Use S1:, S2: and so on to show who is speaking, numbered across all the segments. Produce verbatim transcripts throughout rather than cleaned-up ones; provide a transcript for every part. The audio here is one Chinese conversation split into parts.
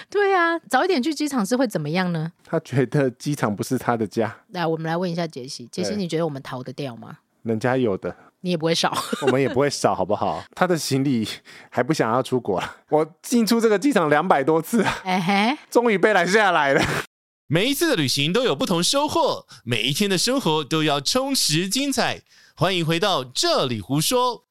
S1: 对啊，早一点去机场是会怎么样呢？
S2: 他觉得机场不是他的家。
S1: 来，我们来问一下杰西，杰西，你觉得我们逃得掉吗？
S2: 人家有的，
S1: 你也不会少，
S2: 我们也不会少，好不好？他的行李还不想要出国了。我进出这个机场两百多次，哎嘿，终于被拦下来了。
S3: 每一次的旅行都有不同收获，每一天的生活都要充实精彩。欢迎回到这里胡说。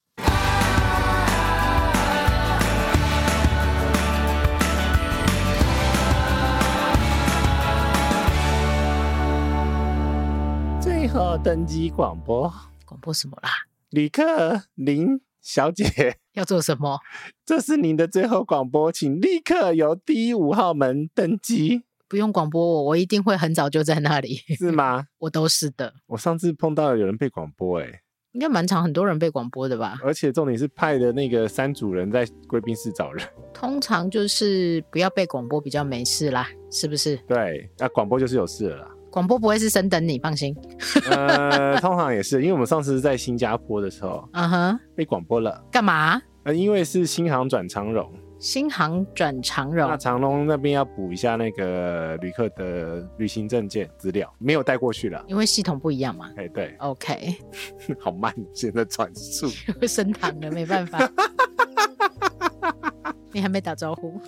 S2: 最后登机广播，
S1: 广播什么啦？
S2: 旅客林小姐
S1: 要做什么？
S2: 这是您的最后广播，请立刻由第五号门登机。
S1: 不用广播我，我一定会很早就在那里。
S2: 是吗？
S1: 我都是的。
S2: 我上次碰到有人被广播、欸，
S1: 应该蛮常很多人被广播的吧？
S2: 而且重点是派的那个三组人在贵宾室找人。
S1: 通常就是不要被广播比较没事啦，是不是？
S2: 对，那、啊、广播就是有事了啦。
S1: 广播不会是升等你，放心。
S2: 呃，通常也是，因为我们上次在新加坡的时候，嗯哼、uh-huh. 被广播了。
S1: 干嘛？
S2: 呃，因为是新航转长荣。
S1: 新航转长荣，
S2: 那长荣那边要补一下那个旅客的旅行证件资料，没有带过去了，
S1: 因为系统不一样嘛。
S2: 哎，对
S1: ，OK，
S2: 好慢，现在转速
S1: 升堂了，没办法。你还没打招呼，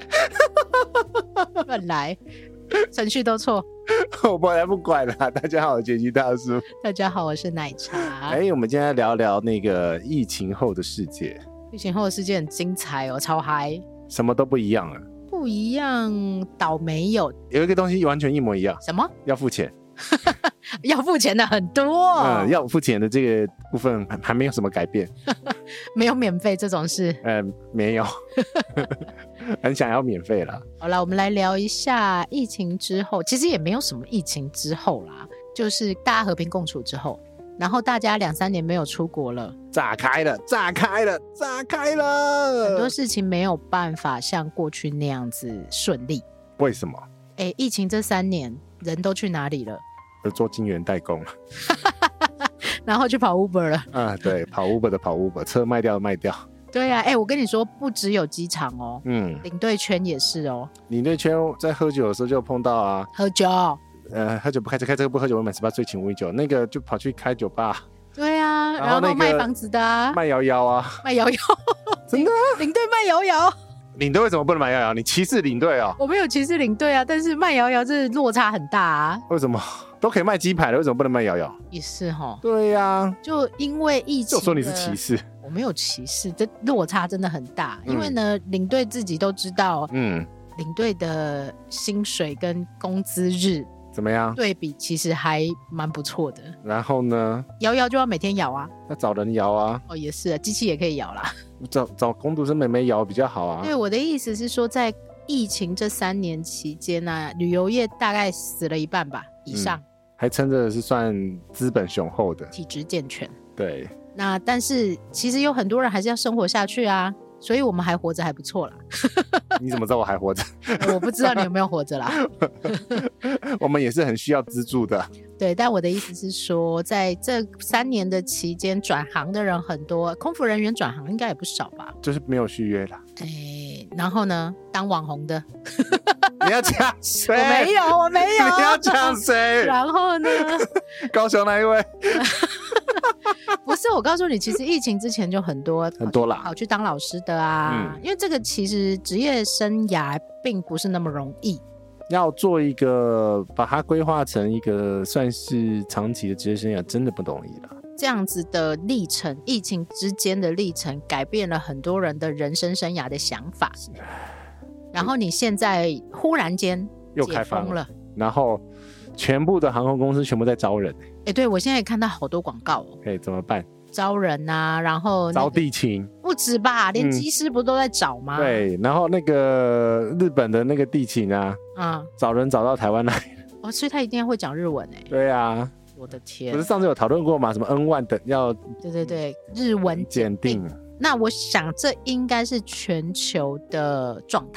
S1: 乱来，程序都错。
S2: 我本来不管了。大家好，我杰西大叔。
S1: 大家好，我是奶茶。
S2: 哎，我们今天来聊聊那个疫情后的世界。
S1: 疫情后的世界很精彩哦，超嗨，
S2: 什么都不一样了。
S1: 不一样，倒没有，
S2: 有一个东西完全一模一样。
S1: 什么？
S2: 要付钱。
S1: 要付钱的很多。
S2: 嗯，要付钱的这个部分还没有什么改变。
S1: 没有免费这种事。
S2: 呃，没有。很想要免费啦。
S1: 好啦，我们来聊一下疫情之后，其实也没有什么疫情之后啦，就是大家和平共处之后。然后大家两三年没有出国了，
S2: 炸开了，炸开了，炸开了，
S1: 很多事情没有办法像过去那样子顺利。
S2: 为什么？
S1: 哎，疫情这三年人都去哪里了？
S2: 做晶圆代工了。
S1: 然后去跑 Uber 了。
S2: 啊，对，跑 Uber 的跑 Uber， 车卖掉的卖掉。
S1: 对啊，哎，我跟你说，不只有机场哦，嗯，领队圈也是哦。
S2: 领队圈在喝酒的时候就碰到啊，
S1: 喝酒。
S2: 呃，喝酒不开车，开车不喝酒，未满十八岁请勿饮酒。那个就跑去开酒吧。
S1: 对啊，然后, 然后卖房子的啊，
S2: 卖摇摇啊，
S1: 卖摇摇，
S2: 真的、啊，
S1: 领队卖摇摇。
S2: 领队为什么不能买摇摇？你歧视领队哦？
S1: 我没有歧视领队啊，但是卖摇摇这落差很大啊。
S2: 为什么都可以卖鸡排了，为什么不能卖摇摇？
S1: 也是齁。
S2: 对呀、啊，
S1: 就因为疫情，
S2: 就说你是歧视。
S1: 我没有歧视，这落差真的很大。嗯、因为呢，领队自己都知道，嗯，领队的薪水跟工资日。
S2: 怎么样？
S1: 对比其实还蛮不错的。
S2: 然后呢？
S1: 摇摇就要每天摇啊。
S2: 要找人摇啊。
S1: 哦，也是啊，机器也可以摇啦。
S2: 找找工读生妹妹摇比较好啊。
S1: 对，我的意思是说，在疫情这三年期间啊，旅游业大概死了一半吧以上。嗯、
S2: 还撑着是算资本雄厚的，
S1: 体质健全。
S2: 对。
S1: 那但是其实有很多人还是要生活下去啊。所以我们还活着还不错啦。
S2: 你怎么知道我还活着？
S1: 我不知道你有没有活着啦。
S2: 我们也是很需要资助的。
S1: 对，但我的意思是说，在这三年的期间，转行的人很多，空服人员转行应该也不少吧？
S2: 就是没有续约啦。
S1: 哎，然后呢，当网红的。
S2: 你要讲谁？
S1: 我没有，我没有。
S2: 你要讲谁？
S1: 然后呢？
S2: 高雄那一位？
S1: 不是，我告诉你，其实疫情之前就很多
S2: 很多啦，
S1: 跑去当老师的啊、嗯，因为这个其实职业生涯并不是那么容易，
S2: 要做一个把它规划成一个算是长期的职业生涯，真的不容易啦。
S1: 这样子的历程，疫情之间的历程，改变了很多人的人生生涯的想法。然后你现在忽然间
S2: 又开放
S1: 了，
S2: 然后全部的航空公司全部在招人。
S1: 哎，对，我现在也看到好多广告哦。
S2: 哎，怎么办？
S1: 招人啊，然后、那個、
S2: 招地勤，
S1: 不止吧？连机师不都在找吗、嗯？
S2: 对，然后那个日本的那个地勤啊，嗯，找人找到台湾来了。
S1: 哦，所以他一定要会讲日文哎。
S2: 对啊，
S1: 我的天，
S2: 不是上次有讨论过吗？什么 N 一 等要？
S1: 对对对，日文检定。那我想这应该是全球的状态。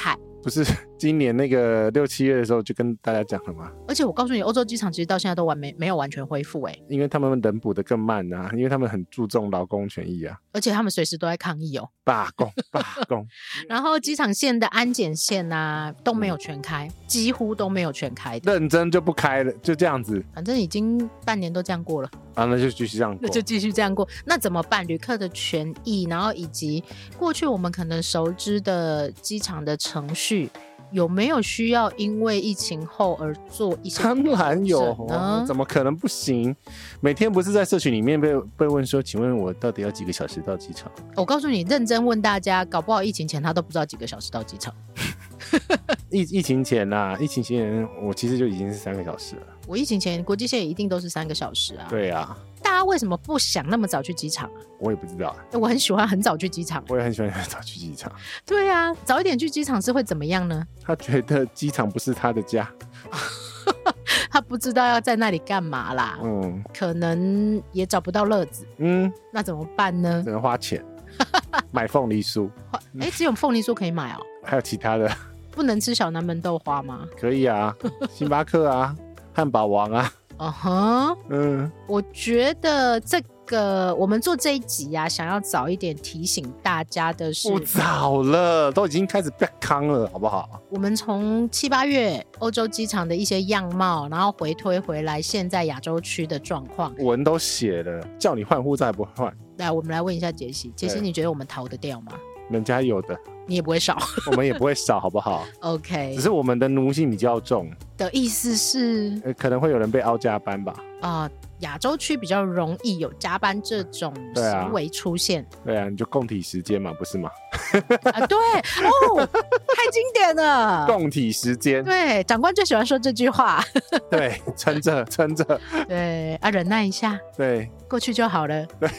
S2: 不是今年那个六七月的时候就跟大家讲了吗？
S1: 而且我告诉你，欧洲机场其实到现在都完没没有完全恢复哎，
S2: 因为他们人补得更慢啊，因为他们很注重劳工权益啊，
S1: 而且他们随时都在抗议哦，
S2: 罢工罢工。
S1: 然后机场线的安检线啊都没有全开、嗯、几乎都没有全开的，
S2: 认真就不开了，就这样子，
S1: 反正已经半年都这样过了
S2: 啊，那就继续这样过，
S1: 那就继续这样过。那怎么办？旅客的权益，然后以及过去我们可能熟知的机场的程序，有没有需要因为疫情后而做一些调整呢？
S2: 当然有、哦、怎么可能不行？每天不是在社群里面被被问说，请问我到底要几个小时到机场？
S1: 我告诉你，认真问大家，搞不好疫情前他都不知道几个小时到机场。
S2: 疫疫情前啊，疫情前我其实就已经是三个小时了。
S1: 我疫情前国际线也一定都是三个小时啊。
S2: 对啊。
S1: 大家为什么不想那么早去机场啊？
S2: 我也不知道。
S1: 我很喜欢很早去机场。
S2: 我也很喜欢很早去机场。
S1: 对啊，早一点去机场是会怎么样呢？
S2: 他觉得机场不是他的家。
S1: 他不知道要在那里干嘛啦。嗯。可能也找不到乐子。嗯。那怎么办呢？
S2: 只能花钱买凤梨酥。
S1: 哎、欸，只有凤梨酥可以买哦。
S2: 还有其他的。
S1: 不能吃小南门豆花吗？
S2: 可以啊，星巴克啊，汉堡王啊。
S1: 嗯哼，嗯，我觉得这个我们做这一集啊，想要早一点提醒大家的是，
S2: 不早了，都已经开始变康了，好不好？
S1: 我们从七八月欧洲机场的一些样貌，然后回推回来，现在亚洲区的状况，
S2: 文都写了，叫你换护照还不换？
S1: 来，我们来问一下杰西，杰西，你觉得我们逃得掉吗？
S2: 人家有的，
S1: 你也不会少，
S2: 我们也不会少，好不好
S1: ？OK，
S2: 只是我们的奴性比较重
S1: 的意思是，
S2: 呃、可能会有人被凹加班吧。
S1: 啊、呃，亚洲区比较容易有加班这种行为出现。
S2: 对啊，对啊，你就共体时间嘛，不是吗？
S1: 啊，对哦，太经典了，
S2: 共体时间。
S1: 对，长官最喜欢说这句话。
S2: 对，撑着，撑着。
S1: 对啊，忍耐一下。
S2: 对，
S1: 过去就好了。
S2: 对。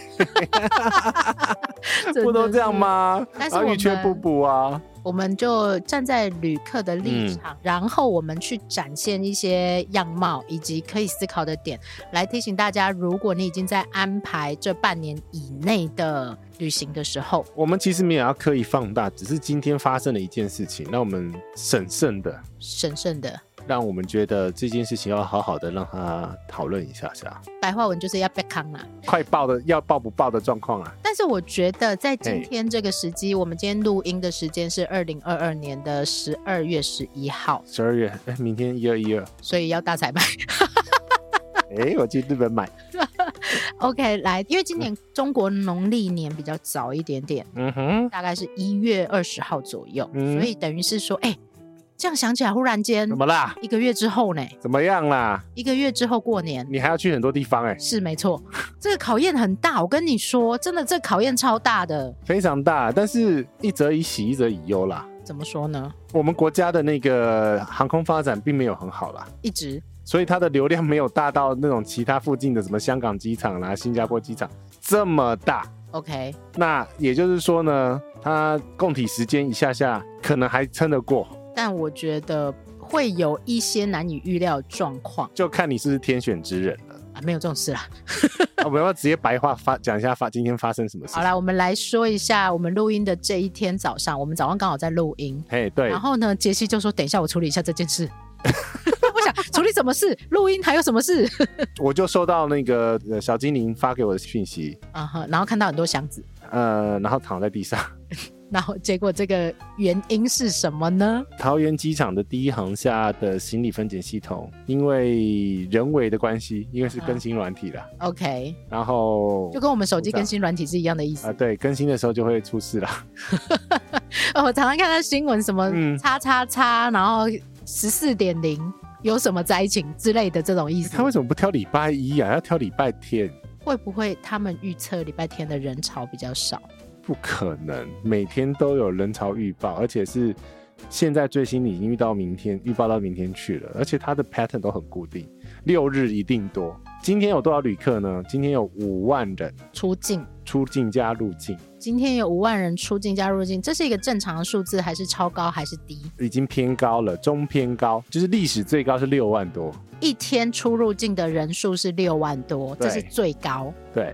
S2: 不都这样吗？
S1: 但是我们
S2: 欲缺不补啊。
S1: 我们就站在旅客的立场、嗯、然后我们去展现一些样貌以及可以思考的点，来提醒大家，如果你已经在安排这半年以内的旅行的时候，
S2: 我们其实没有要刻意放大，只是今天发生了一件事情，让我们审慎的
S1: 审慎的
S2: 让我们觉得这件事情要好好的让他讨论一下下。
S1: 白话文就是要被康啦，
S2: 快报的要报不报的状况啊。
S1: 但是我觉得在今天这个时机，我们今天录音的时间是二零二二年的十二月十一号。
S2: 十二月，哎，明天一二一二，
S1: 所以要大采买。
S2: 哎，我去日本买。
S1: OK， 来，因为今年中国农历年比较早一点点，嗯哼，大概是一月二十号左右，嗯、所以等于是说，哎。这样想起来，忽然间
S2: 怎么啦？
S1: 一个月之后呢？
S2: 怎么样啦？
S1: 一个月之后过年，
S2: 你还要去很多地方哎、欸。
S1: 是没错，这个考验很大。我跟你说，真的，这个考验超大的，
S2: 非常大。但是一则以喜，一则以忧啦。
S1: 怎么说呢？
S2: 我们国家的那个航空发展并没有很好啦，
S1: 一直，
S2: 所以它的流量没有大到那种其他附近的什么香港机场啦、新加坡机场这么大。
S1: OK，
S2: 那也就是说呢，它共体时间一下下可能还撑得过。
S1: 但我觉得会有一些难以预料的状况，
S2: 就看你是不是天选之人了
S1: 啊！没有这种事啦。
S2: 啊、我们要直接白话发讲一下发今天发生什么事。
S1: 好啦，我们来说一下我们录音的这一天早上，我们早上刚好在录音。
S2: 嘿，对。
S1: 然后呢，杰西就说：“等一下，我处理一下这件事。”我想处理什么事？录音还有什么事？
S2: 我就收到那个小精灵发给我的讯息，
S1: 啊哈，然后看到很多箱子，
S2: 呃，然后躺在地上。
S1: 然后结果这个原因是什么呢？
S2: 桃园机场的第一航厦的行李分拣系统因为人为的关系，因为是更新软体啦、
S1: uh, OK，
S2: 然后
S1: 就跟我们手机更新软体是一样的意思
S2: 啊、呃，对，更新的时候就会出事啦。
S1: 我常常看到新闻什么叉叉叉、嗯、然后十四点零有什么灾情之类的这种意思。
S2: 他为什么不挑礼拜一啊，要挑礼拜天？
S1: 会不会他们预测礼拜天的人潮比较少？
S2: 不可能，每天都有人潮预报，而且是现在最新已经预到明天，预报到明天去了，而且它的 pattern 都很固定，六日一定多。今天有多少旅客呢？今天有五万人
S1: 出境，
S2: 出境加入境。
S1: 今天有五万人出境加入境，这是一个正常的数字，还是超高，还是低？
S2: 已经偏高了，中偏高，就是历史最高是六万多。
S1: 一天出入境的人数是六万多，这是最高。
S2: 对。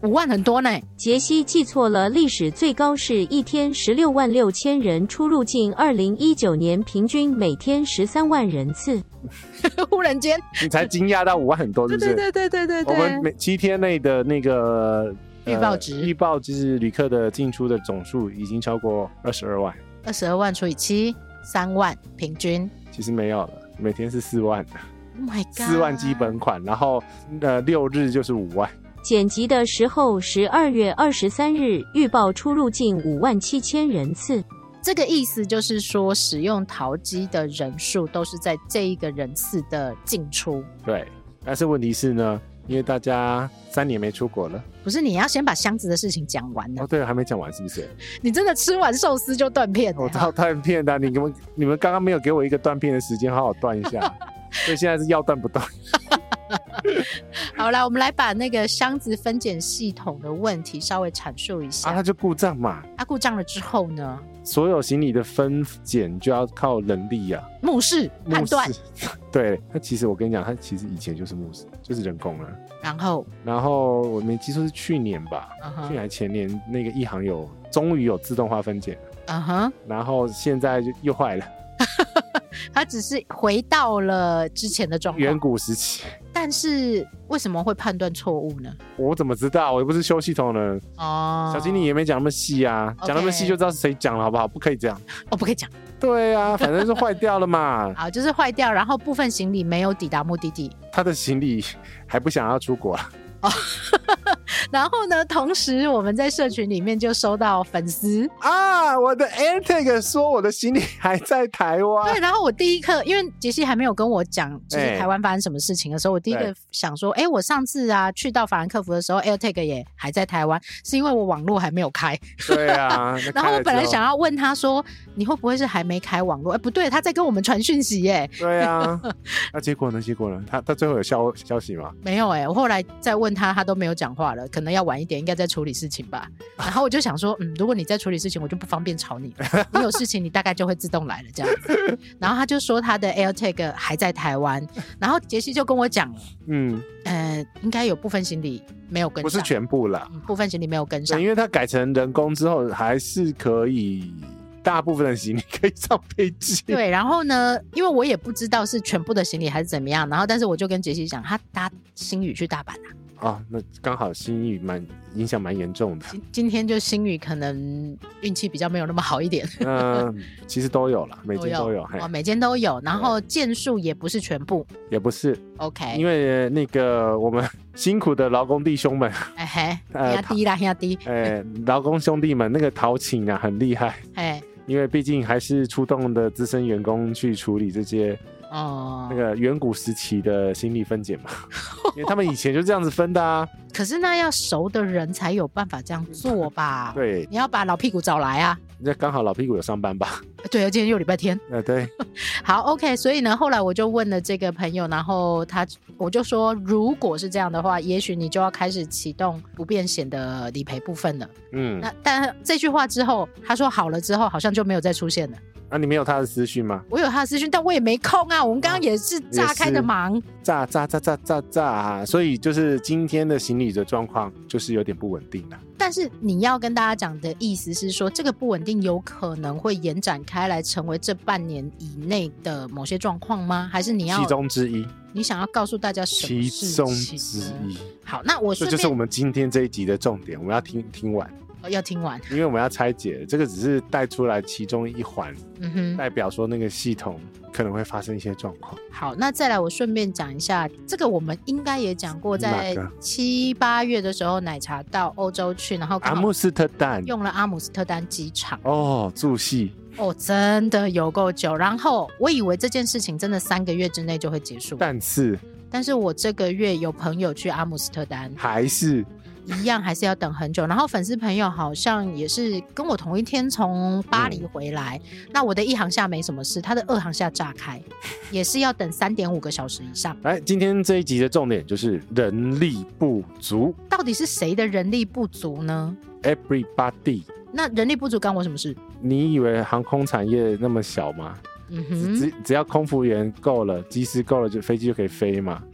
S1: 五万很多呢。
S4: 杰西记错了，历史最高是一天十六万六千人出入境，二零一九年平均每天十三万人次。
S1: 忽然间，
S2: 你才惊讶到五万很多，是不是？
S1: 对对对对对对。
S2: 我们每七天内的那个
S1: 预报值，
S2: 呃、预报就是旅客的进出的总数已经超过二十二万。
S1: 二十二万除以七，三万平均。
S2: 其实没有了，每天是四万。
S1: Oh my god！
S2: 四万基本款，然后呃六日就是五万。
S4: 剪辑的时候，十二月二十三日预报出入境五万七千人次。
S1: 这个意思就是说，使用桃机的人数都是在这一个人次的进出。
S2: 对，但是问题是呢，因为大家三年没出国了。
S1: 不是，你要先把箱子的事情讲完呢。
S2: 哦，对，还没讲完，是不是？
S1: 你真的吃完寿司就断片了？
S2: 我知道断片的、啊，你们你们刚刚没有给我一个断片的时间，好好断一下。所以现在是要断不断。
S1: 好啦，我们来把那个箱子分拣系统的问题稍微阐述一下。
S2: 啊，它就故障嘛。
S1: 它、啊、故障了之后呢？
S2: 所有行李的分拣就要靠人力啊，
S1: 目视判断。
S2: 对，它其实我跟你讲，它其实以前就是目视，就是人工了。
S1: 然后，
S2: 然后我没记错是去年吧， uh-huh. 去年还前年那个一行有终于有自动化分拣了。嗯哼。然后现在就又坏了。
S1: 它只是回到了之前的状况，
S2: 远古时期。
S1: 但是为什么会判断错误呢？
S2: 我怎么知道？我又不是修系统的。哦，小经理也没讲那么细啊，讲、okay. 那么细就知道是谁讲了，好不好？不可以这样。
S1: 哦，不可以讲。
S2: 对啊，反正是坏掉了嘛。
S1: 好，就是坏掉，然后部分行李没有抵达目的地。
S2: 他的行李还不想要出国啊。哦，
S1: 然后呢？同时我们在社群里面就收到粉丝
S2: 啊，我的 AirTag 说我的行李还在台湾。
S1: 对，然后我第一刻，因为杰西还没有跟我讲，就是台湾发生什么事情的时候，欸、我第一个想说，哎，我上次啊去到法兰克福的时候 ，AirTag 也还在台湾，是因为我网络还没有开。
S2: 对啊。
S1: 然后我本来想要问他说，你会不会是还没开网络？哎，不对，他在跟我们传讯息耶。
S2: 对啊。那结果呢？结果呢？他他最后有消消息吗？
S1: 没有哎，我后来再问他，他都没有讲话了，可能要晚一点，应该在处理事情吧。然后我就想说，嗯，如果你在处理事情，我就不方便吵你了。你有事情，你大概就会自动来了这样子。然后他就说他的 AirTag 还在台湾，然后杰西就跟我讲了，嗯，呃，应该有部分行李没有跟上，
S2: 不是全部啦，
S1: 嗯、部分行李没有跟上，
S2: 因为他改成人工之后，还是可以。大部分的行李可以上飞机。
S1: 对，然后呢，因为我也不知道是全部的行李还是怎么样，然后但是我就跟杰西讲，他搭星宇去大阪啊。
S2: 哦，那刚好星宇蛮影响蛮严重的。
S1: 今今天就星宇可能运气比较没有那么好一点。
S2: 嗯、呃，其实都有啦，每间都有。
S1: 哦，每间都有，然后件数也不是全部，
S2: 也不是。
S1: OK，
S2: 因为那个我们辛苦的劳工弟兄们，
S1: 哎嘿，压低啦，压低。
S2: 哎，劳工兄弟们那个讨请啊，很厉害。哎。因为毕竟还是出动的资深员工去处理这些哦，那个远古时期的行李分拣嘛，因为他们以前就这样子分的啊。
S1: 可是那要熟的人才有办法这样做吧？
S2: 对，
S1: 你要把老屁股找来啊。
S2: 那刚好老屁股有上班吧？
S1: 对，今天又礼拜天。
S2: 呃，对。
S1: 好 ，OK， 所以呢，后来我就问了这个朋友，然后他我就说，如果是这样的话，也许你就要开始启动不便险的理赔部分了。嗯，那但这句话之后，他说好了之后，好像就没有再出现了。
S2: 啊，你没有他的私讯吗？
S1: 我有他的私讯，但我也没空啊。我们刚刚也是炸开的忙，
S2: 炸炸炸炸炸炸啊！所以就是今天的行李的状况就是有点不稳定了。
S1: 但是你要跟大家讲的意思是说，这个不稳定有可能会延展开来，成为这半年以内的某些状况吗？还是你要
S2: 其中之一？
S1: 你想要告诉大家什么事情？
S2: 其中之一。
S1: 好，那我
S2: 这就是我们今天这一集的重点，我们要听听完。
S1: 要听完，
S2: 因为我们要拆解，这个只是带出来其中一环，嗯哼，代表说那个系统可能会发生一些状况。
S1: 好，那再来我顺便讲一下，这个我们应该也讲过，在七八月的时候，奶茶到欧洲去，然后
S2: 阿姆斯特丹
S1: 用了阿姆斯特丹机场
S2: 哦，驻系
S1: 哦，真的有够久。然后我以为这件事情真的三个月之内就会结束，
S2: 但是
S1: 但是我这个月有朋友去阿姆斯特丹，
S2: 还是。
S1: 一样还是要等很久，然后粉丝朋友好像也是跟我同一天从巴黎回来、嗯、那我的一航下没什么事，他的二航下炸开也是要等三点五个小时以上。
S2: 来，今天这一集的重点就是人力不足，
S1: 到底是谁的人力不足呢？
S2: Everybody。
S1: 那人力不足干我什么事？
S2: 你以为航空产业那么小吗？嗯哼，只只要空服员够了，机师够了，就飞机就可以飞嘛。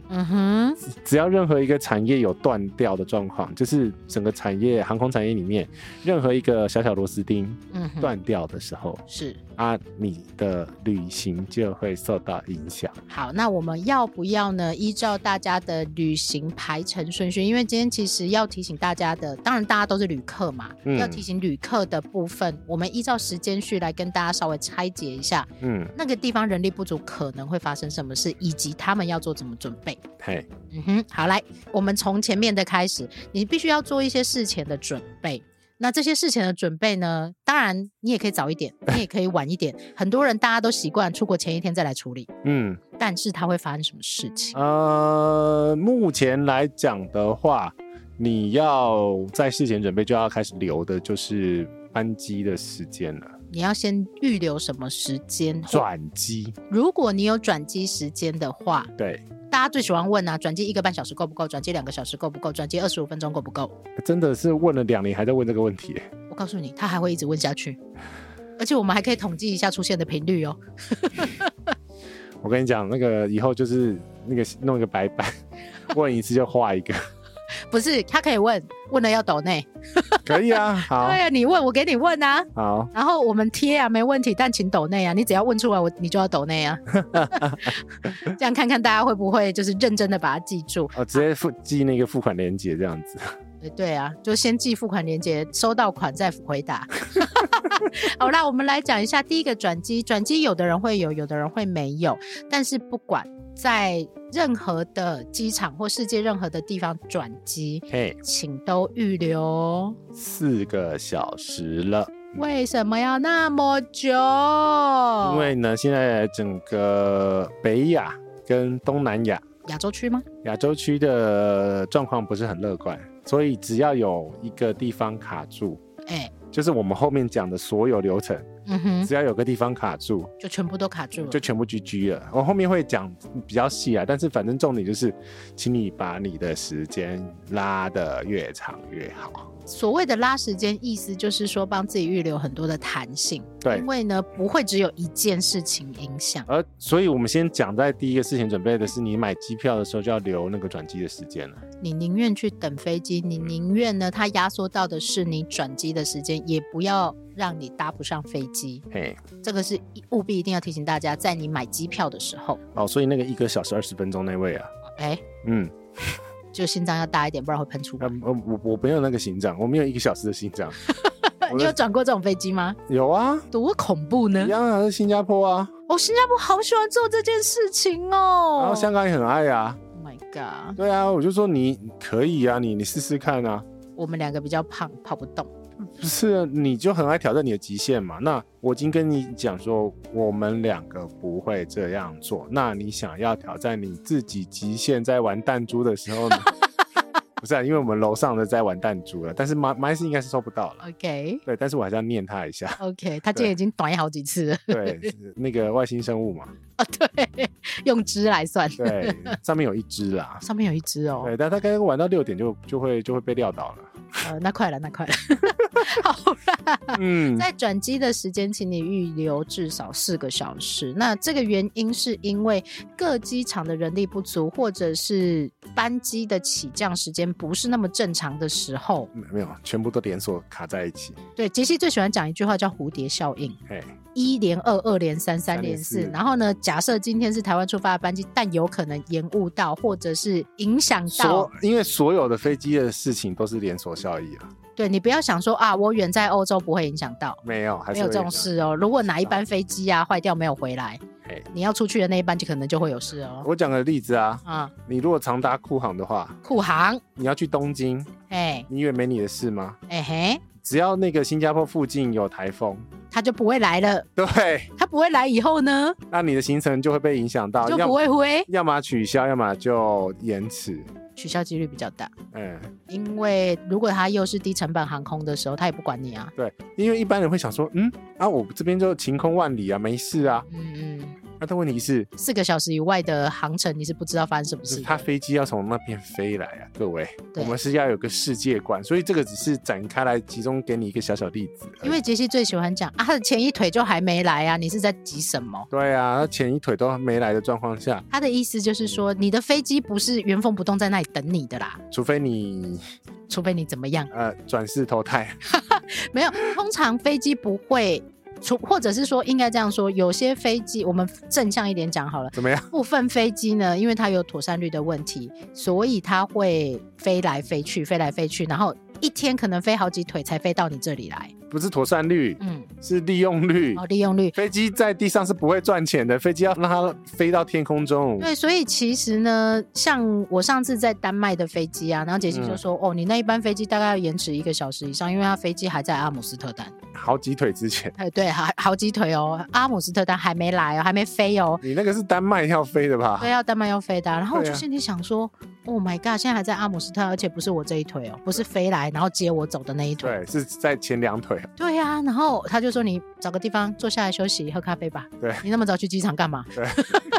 S1: 嗯哼，
S2: 只要任何一个产业有断掉的状况，就是整个产业航空产业里面任何一个小小螺丝钉断掉的时候，
S1: 嗯、是
S2: 啊，你的旅行就会受到影响。
S1: 好，那我们要不要呢？依照大家的旅行排程顺序，因为今天其实要提醒大家的，当然大家都是旅客嘛，嗯、要提醒旅客的部分，我们依照时间序来跟大家稍微拆解一下，嗯，那个地方人力不足可能会发生什么事，以及他们要做怎么准备。
S2: 嘿，
S1: 嗯哼，好，来，我们从前面的开始，你必须要做一些事前的准备。那这些事前的准备呢，当然你也可以早一点，你也可以晚一点。很多人大家都习惯出国前一天再来处理，嗯，但是它会发生什么事情？
S2: 呃，目前来讲的话，你要在事前准备就要开始留的就是班机的时间了。
S1: 你要先预留什么时间？
S2: 转机。
S1: 如果你有转机时间的话，
S2: 对。
S1: 大家最喜欢问啊，转机一个半小时够不够？转机两个小时够不够？转机二十五分钟够不够？
S2: 真的是问了两年还在问这个问题。
S1: 我告诉你，他还会一直问下去，而且我们还可以统计一下出现的频率哦。
S2: 我跟你讲，那个以后就是那个弄一个白板，问一次就画一个。
S1: 不是，他可以问，问了要抖内。
S2: 可以啊，好。
S1: 对啊，你问我给你问啊。
S2: 好。
S1: 然后我们贴啊，没问题，但请抖内啊，你只要问出来，我你就要抖内啊。这样看看大家会不会就是认真的把它记住。
S2: 哦，直接付寄那个付款链接这样子。
S1: 对啊，就先寄付款链接，收到款再回答。好啦，我们来讲一下第一个转机。转机有的人会有，有的人会没有，但是不管在任何的机场或世界任何的地方转机，请都预留
S2: 四个小时了。
S1: 为什么要那么久？
S2: 因为呢，现在整个北亚跟东南亚
S1: 亚洲区吗？
S2: 亚洲区的状况不是很乐观，所以只要有一个地方卡住，哎，就是我们后面讲的所有流程，嗯哼，只要有个地方卡住，
S1: 就全部都卡住了，
S2: 就全部 G G 了。我后面会讲比较细啊，但是反正重点就是，请你把你的时间拉得越长越好。
S1: 所谓的拉时间，意思就是说帮自己预留很多的弹性，
S2: 对，
S1: 因为呢不会只有一件事情影响。
S2: 而所以我们先讲在第一个事前准备的是，你买机票的时候就要留那个转机的时间了。
S1: 你宁愿去等飞机，你宁愿呢它压缩到的是你转机的时间，也不要让你搭不上飞机。嘿，这个是务必一定要提醒大家，在你买机票的时候。
S2: 哦，所以那个一个小时二十分钟那位啊，
S1: 哎，嗯。就心脏要大一点，不然会喷出来。
S2: 呃、我我没有那个心脏，我没有一个小时的心脏。
S1: 你有转过这种飞机吗？
S2: 有啊。
S1: 多恐怖呢！
S2: 一样啊，是新加坡啊。
S1: 哦，新加坡好喜欢做这件事情哦。
S2: 然后香港也很爱啊。
S1: Oh my god！
S2: 对啊，我就说你可以啊，你你试试看啊。
S1: 我们两个比较胖，跑不动。
S2: 不是，你就很爱挑战你的极限嘛。那我已经跟你讲说，我们两个不会这样做。那你想要挑战你自己极限，在玩弹珠的时候呢？不是啊，因为我们楼上的在玩弹珠了，但是马马斯应该是收不到了。
S1: OK，
S2: 对，但是我还是要念他一下。
S1: OK， 他今天已经短好几次了。
S2: 对，那个外星生物嘛。
S1: 哦，对，用只来算。
S2: 对，上面有一只啦。
S1: 上面有一只哦。
S2: 对，但他刚刚玩到六点就就会就会被撂倒了。
S1: 呃，那快了，那快了。好啦，嗯，在转机的时间，请你预留至少四个小时。那这个原因是因为各机场的人力不足，或者是班机的起降时间不是那么正常的时候，
S2: 没有，全部都连锁卡在一起。
S1: 对，杰西最喜欢讲一句话叫蝴蝶效应。一连二，二连三，三连四。然后呢，假设今天是台湾出发的班机，但有可能延误到，或者是影响到，
S2: 因为所有的飞机的事情都是连锁效应啊。
S1: 对，你不要想说啊，我远在欧洲不会影响到，
S2: 没有，还是
S1: 没有这种事哦。如果哪一班飞机啊坏掉没有回来，你要出去的那一班就可能就会有事哦。
S2: 我讲个例子啊，嗯，你如果常搭库航的话，
S1: 库航，
S2: 你要去东京，哎，你以为没你的事吗？哎嘿，只要那个新加坡附近有台风，
S1: 他就不会来了。
S2: 对，
S1: 他不会来以后呢，
S2: 那你的行程就会被影响到，
S1: 就不会飞，
S2: 要么取消，要么就延迟。
S1: 取消几率比较大，嗯，因为如果他又是低成本航空的时候，他也不管你啊。
S2: 对，因为一般人会想说，嗯啊，我这边就晴空万里啊，没事啊。嗯嗯。 那的问题是
S1: 四个小时以外的航程你是不知道发生什么事的。
S2: 他飞机要从那边飞来啊，各位，我
S1: 对
S2: 们是要有个世界观，所以这个只是展开来其中给你一个小小例子而已。
S1: 因为杰西最喜欢讲啊，他的前一腿就还没来啊，你是在急什么？
S2: 对啊，他前一腿都没来的状况下，
S1: 他的意思就是说，你的飞机不是原封不动在那里等你的啦，
S2: 除非你
S1: 除非你怎么样？
S2: 呃转世投胎，
S1: 没有，通常飞机不会。除或者是说应该这样说，有些飞机我们正向一点讲好了，
S2: 怎么样？
S1: 部分飞机呢，因为它有妥善率的问题，所以它会飞来飞去飞来飞去，然后一天可能飞好几腿才飞到你这里来。
S2: 不是妥善率，
S1: 嗯，
S2: 是利用率。
S1: 哦，利用率。
S2: 飞机在地上是不会赚钱的，飞机要让它飞到天空中。
S1: 对，所以其实呢，像我上次在丹麦的飞机啊，然后杰西就说、嗯、哦，你那一班飞机大概要延迟一个小时以上，因为它飞机还在阿姆斯特丹。
S2: 好几腿之前。
S1: 哎，对，好好几腿哦，阿姆斯特丹还没来哦，还没飞哦。
S2: 你那个是丹麦要飞的吧？
S1: 对，要丹麦要飞的、啊。然后我就
S2: 啊
S1: 心里想说、啊、，Oh my god， 现在还在阿姆斯特丹，而且不是我这一腿哦，不是飞来然后接我走的那一腿。
S2: 对，是在前两腿。
S1: 对啊，然后他就说你找个地方坐下来休息喝咖啡吧。
S2: 对，
S1: 你那么早去机场干嘛？
S2: 对。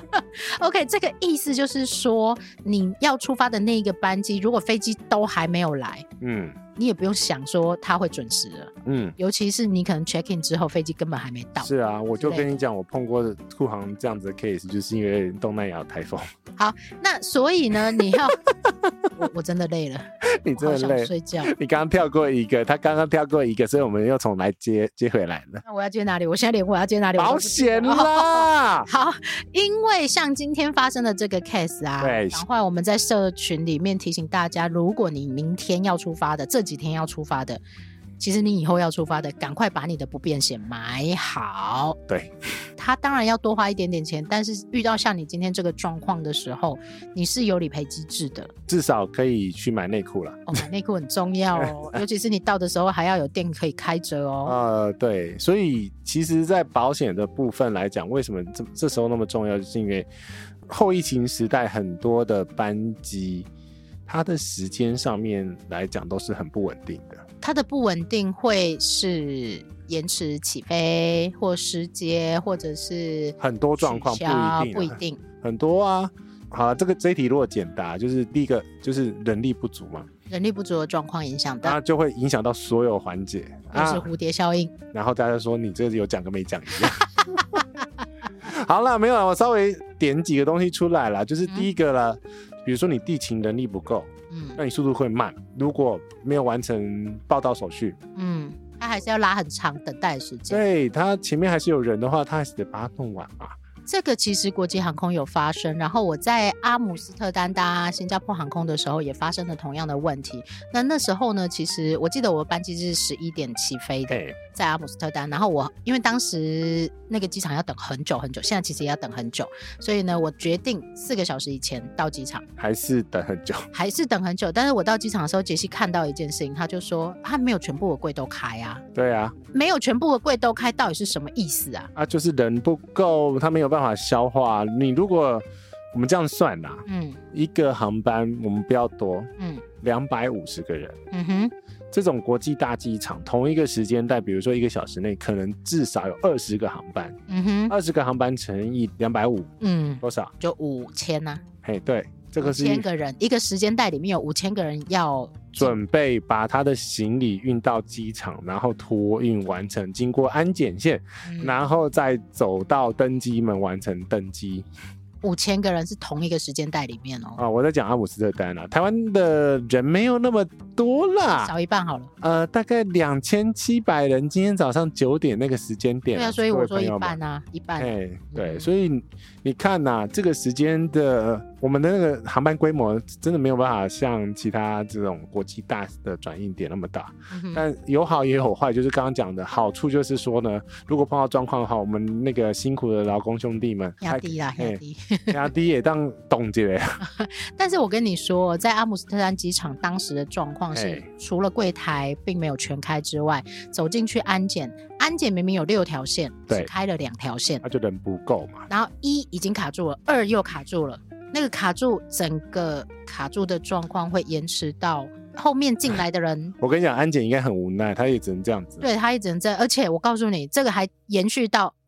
S1: OK， 这个意思就是说，你要出发的那一个班机，如果飞机都还没有来，嗯，你也不用想说它会准时了，嗯，尤其是你可能 check in 之后，飞机根本还没到。
S2: 是啊，我就跟你讲，我碰过的酷航这样子的 case， 就是因为东南亚台风。
S1: 好，那所以呢，你要我我真的累了，
S2: 你真的累，
S1: 我好想睡觉。
S2: 你刚刚跳过一个，他刚刚跳过一个，所以我们又重来接接回来了。
S1: 那我要接哪里？我现在连我要接哪里
S2: 保险啦、
S1: 哦。好，因为像今天发生的这个 case 啊，
S2: 对，
S1: 赶快我们在社群里面提醒大家，如果你明天要出发的，这几天要出发的，其实你以后要出发的，赶快把你的不便险买好。
S2: 对，
S1: 他当然要多花一点点钱，但是遇到像你今天这个状况的时候，你是有理赔机制的，
S2: 至少可以去买内裤了。
S1: 哦，买内裤很重要哦，尤其是你到的时候还要有店可以开着哦。
S2: 呃，对，所以其实，在保险的部分来讲，为什么这这时候那么重要，就是因为后疫情时代很多的班机，它的时间上面来讲都是很不稳定的。
S1: 它的不稳定会是延迟起飞或失接，或者是
S2: 很多状况不一定、啊、
S1: 不一定
S2: 很多啊。好了，这个这一题如果简答，就是第一个就是人力不足嘛，
S1: 人力不足的状况影响到，
S2: 那就会影响到所有环节，
S1: 就是蝴蝶效应、啊。
S2: 然后大家说你这个有讲跟没讲一样。好了，没有了，我稍微点几个东西出来了，就是第一个了、嗯，比如说你地勤人力不够，嗯，那你速度会慢，如果没有完成报到手续，
S1: 嗯，它还是要拉很长等待的时间。
S2: 对，它前面还是有人的话，它还是得把它弄完嘛。
S1: 这个其实国际航空有发生，然后我在阿姆斯特丹搭新加坡航空的时候也发生了同样的问题。那那时候呢，其实我记得我的班机是十一点起飞的，在阿姆斯特丹。然后我因为当时那个机场要等很久很久，现在其实也要等很久，所以呢，我决定四个小时以前到机场。
S2: 还是等很久？还
S1: 是等很久。但是我到机场的时候，杰西看到一件事情，他就说他没有全部的柜都开啊。
S2: 对啊，
S1: 没有全部的柜都开，到底是什么意思啊？
S2: 啊，就是人不够，他没有办法消化。你如果我们这样算啦，嗯，一个航班我们不要多，嗯，两百五十个人，嗯哼，这种国际大机场，同一个时间带，比如说一个小时内，可能至少有二十个航班，嗯哼，二十个航班乘以两百五，嗯，多少？
S1: 就五千呐。
S2: 嘿，对，这个是
S1: 五千个人，一个时间带里面有五千个人要
S2: 准备把他的行李运到机场，然后托运完成，经过安检线、嗯，然后再走到登机门完成登机。
S1: 五千个人是同一个时间带里面哦。
S2: 啊，我在讲阿姆斯特丹啊，台湾的人没有那么多啦，
S1: 少一半好了。
S2: 呃，大概两千七百人，今天早上九点那个时间点。
S1: 对啊，所以我说一半啊，一半。
S2: 哎，对，嗯、所以你看呐、啊，这个时间的我们的那个航班规模真的没有办法像其他这种国际大的转运点那么大、嗯，但有好也有坏，就是刚刚讲的好处就是说呢，如果碰到状况的话，我们那个辛苦的劳工兄弟们
S1: 压低啦，压低。
S2: 压低也当懂起来。
S1: 但是我跟你说，在阿姆斯特丹机场当时的状况是，除了柜台并没有全开之外，走进去安检，安检明明有六条线，只开了两条线，
S2: 那就人不够嘛。
S1: 然后一已经卡住了，二又卡住了，那个卡住整个卡住的状况会延迟到后面进来的人。
S2: 我跟你讲，安检应该很无奈，他也只能这样子。
S1: 对，他也只能这样，而且我告诉你，这个还延续到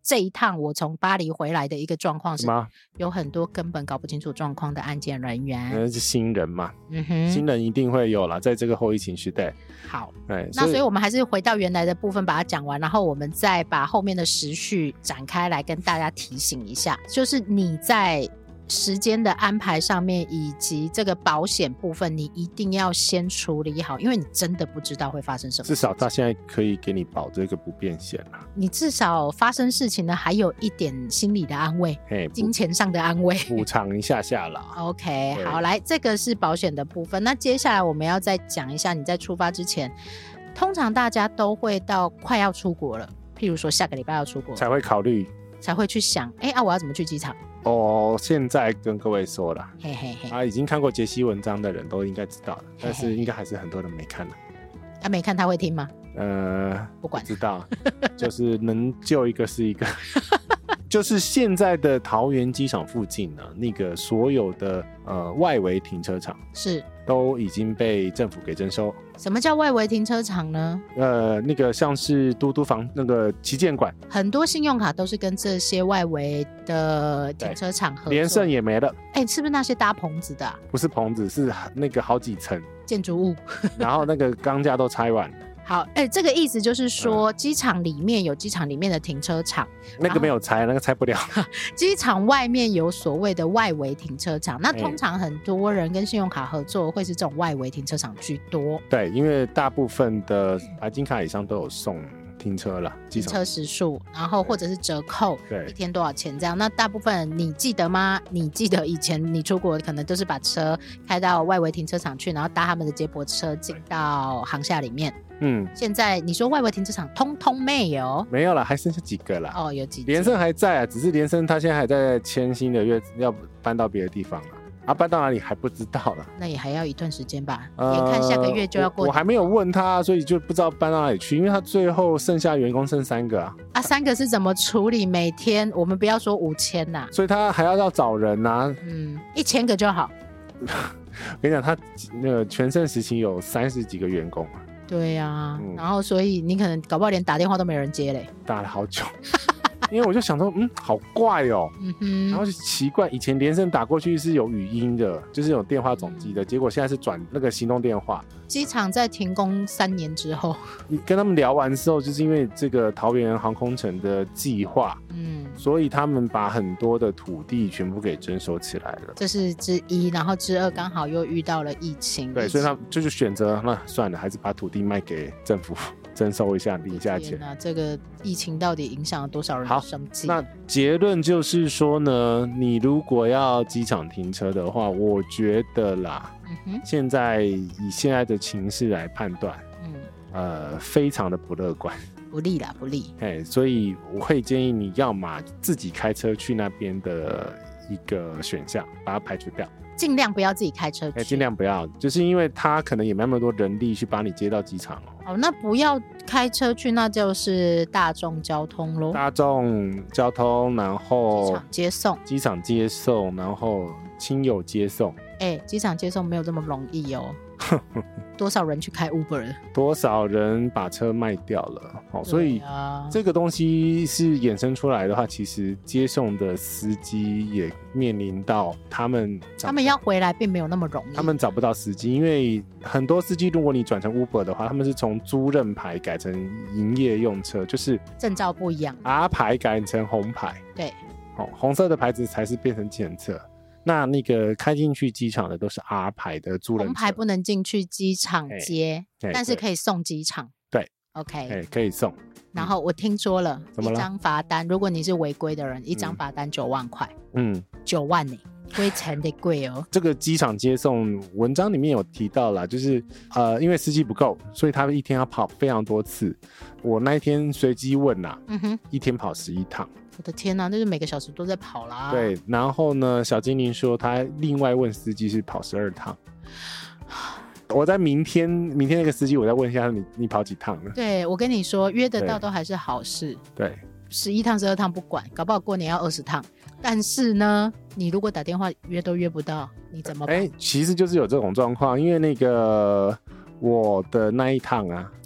S1: 这一趟我从巴黎回来的一个状况是
S2: 吗？
S1: 有很多根本搞不清楚状况的安检人员，
S2: 那是新人嘛，
S1: 嗯哼，
S2: 新人一定会有啦，在这个后疫情时代。
S1: 好，
S2: 对，
S1: 那所以我们还是回到原来的部分把它讲完，然后我们再把后面的时序展开来跟大家提醒一下，就是你在时间的安排上面以及这个保险部分你一定要先处理好，因为你真的不知道会发生什么，
S2: 至少他现在可以给你保这个不变险啦，
S1: 你至少发生事情呢还有一点心理的安慰，金钱上的安慰，
S2: 补偿一下下啦。
S1: OK， 好，来，这个是保险的部分。那接下来我们要再讲一下，你在出发之前，通常大家都会到快要出国了，譬如说下个礼拜要出国，
S2: 才会考虑，
S1: 才会去想，哎啊，我要怎么去机场？
S2: 哦，现在跟各位说了，
S1: 嘿嘿嘿，
S2: 啊，已经看过杰西文章的人都应该知道了，但是应该还是很多人没看了。
S1: 他、啊、没看他会听吗？
S2: 呃，
S1: 不管，
S2: 不知道，就是能救一个是一个。就是现在的桃园机场附近呢，那个所有的呃外围停车场
S1: 是
S2: 都已经被政府给征收。
S1: 什么叫外围停车场呢？
S2: 呃，那个像是嘟嘟房那个旗舰馆，
S1: 很多信用卡都是跟这些外围的停车场合作。
S2: 连胜也没了。
S1: 哎、欸，是不是那些搭棚子的、啊？
S2: 不是棚子，是那个好几层
S1: 建筑物，
S2: 然后那个钢架都拆完了。
S1: 好，哎、欸，这个意思就是说，机、嗯、场里面有机场里面的停车场，
S2: 那个没有拆，那个拆不了。
S1: 机场外面有所谓的外围停车场，那通常很多人跟信用卡合作会是这种外围停车场居多。
S2: 对，因为大部分的白金卡以上都有送停车了，
S1: 停车时数，然后或者是折扣，
S2: 对，
S1: 一天多少钱这样。那大部分你记得吗？你记得以前你出国可能都是把车开到外围停车场去，然后搭他们的接驳车进到航厦里面。嗯，现在你说外围停车场通通没有，
S2: 没有了，还剩下几个啦。
S1: 哦，有几个。
S2: 连胜还在啊，只是连胜他现在还在签新的约，要搬到别的地方了。啊，搬到哪里还不知道了，
S1: 那也还要一段时间吧。呃、眼看下个月就要过
S2: 我，我还没有问他，所以就不知道搬到哪里去，因为他最后剩下员工剩三个啊。
S1: 啊，三个是怎么处理？每天我们不要说五千呐，
S2: 所以他还要要找人啊。
S1: 嗯，一千个就好。
S2: 我跟你讲，他那个全盛时期有三十几个员工啊。
S1: 对呀、啊嗯，然后所以你可能搞不好连打电话都没人接嘞，
S2: 打了好久。因为我就想说，嗯，好怪哦，嗯哼，然后就奇怪，以前连胜打过去是有语音的，就是有电话总机的，结果现在是转那个行动电话。
S1: 机场在停工三年之后，
S2: 你跟他们聊完之后，就是因为这个桃园航空城的计划，嗯，所以他们把很多的土地全部给征收起来了，
S1: 这是之一，然后之二刚好又遇到了疫情，
S2: 对，所以他就是选择那算了，还是把土地卖给政府。征收一下，领一下钱。
S1: 那这个疫情到底影响了多少人的生计？
S2: 那结论就是说呢，你如果要机场停车的话，我觉得啦，嗯哼，现在以现在的情势来判断，嗯，呃，非常的不乐观，
S1: 不利啦，不利。
S2: 哎，所以我会建议你要嘛自己开车去那边的一个选项，把它排除掉。
S1: 尽量不要自己开车去，
S2: 欸、尽量不要，就是因为他可能也没那么多人力去把你接到机场哦。
S1: 哦，那不要开车去，那就是大众交通咯。
S2: 大众交通，然后
S1: 机场接送，
S2: 机场接送，然后亲友接送。
S1: 哎、欸，机场接送没有这么容易哦。多少人去开 Uber 了？
S2: 多少人把车卖掉了？哦，所以这个东西是衍生出来的话，其实接送的司机也面临到他们
S1: 他们要回来并没有那么容易，
S2: 他们找不到司机，因为很多司机如果你转成 Uber 的话，他们是从租赁牌改成营业用车，就是
S1: 证照不一样
S2: ，R 牌改成红牌，
S1: 对，
S2: 哦，红色的牌子才是变成检测。那那个开进去机场的都是 R 牌的租赁车，
S1: 红牌不能进去机场接，欸、但是可以送机场。
S2: 对
S1: ，OK，
S2: 欸、可以送。
S1: 然后我听说了，了一张罚单，如果你是违规的人，一张罚单九万块。嗯，九万呢、欸，非常的贵哦。
S2: 这个机场接送文章里面有提到啦，就是呃，因为司机不够，所以他们一天要跑非常多次。我那一天随机问啦，嗯哼，一天跑十一趟。
S1: 我的天哪、啊，那就每个小时都在跑啦。
S2: 对，然后呢，小精灵说他另外问司机是跑十二趟。我在明天，明天那个司机，我再问一下你，你跑几趟呢？
S1: 对，我跟你说，约得到都还是好事。
S2: 对，
S1: 十一趟、十二趟不管，搞不好过年要二十趟。但是呢，你如果打电话约都约不到，你怎么办？
S2: 哎、欸，其实就是有这种状况，因为那个我的那一趟啊。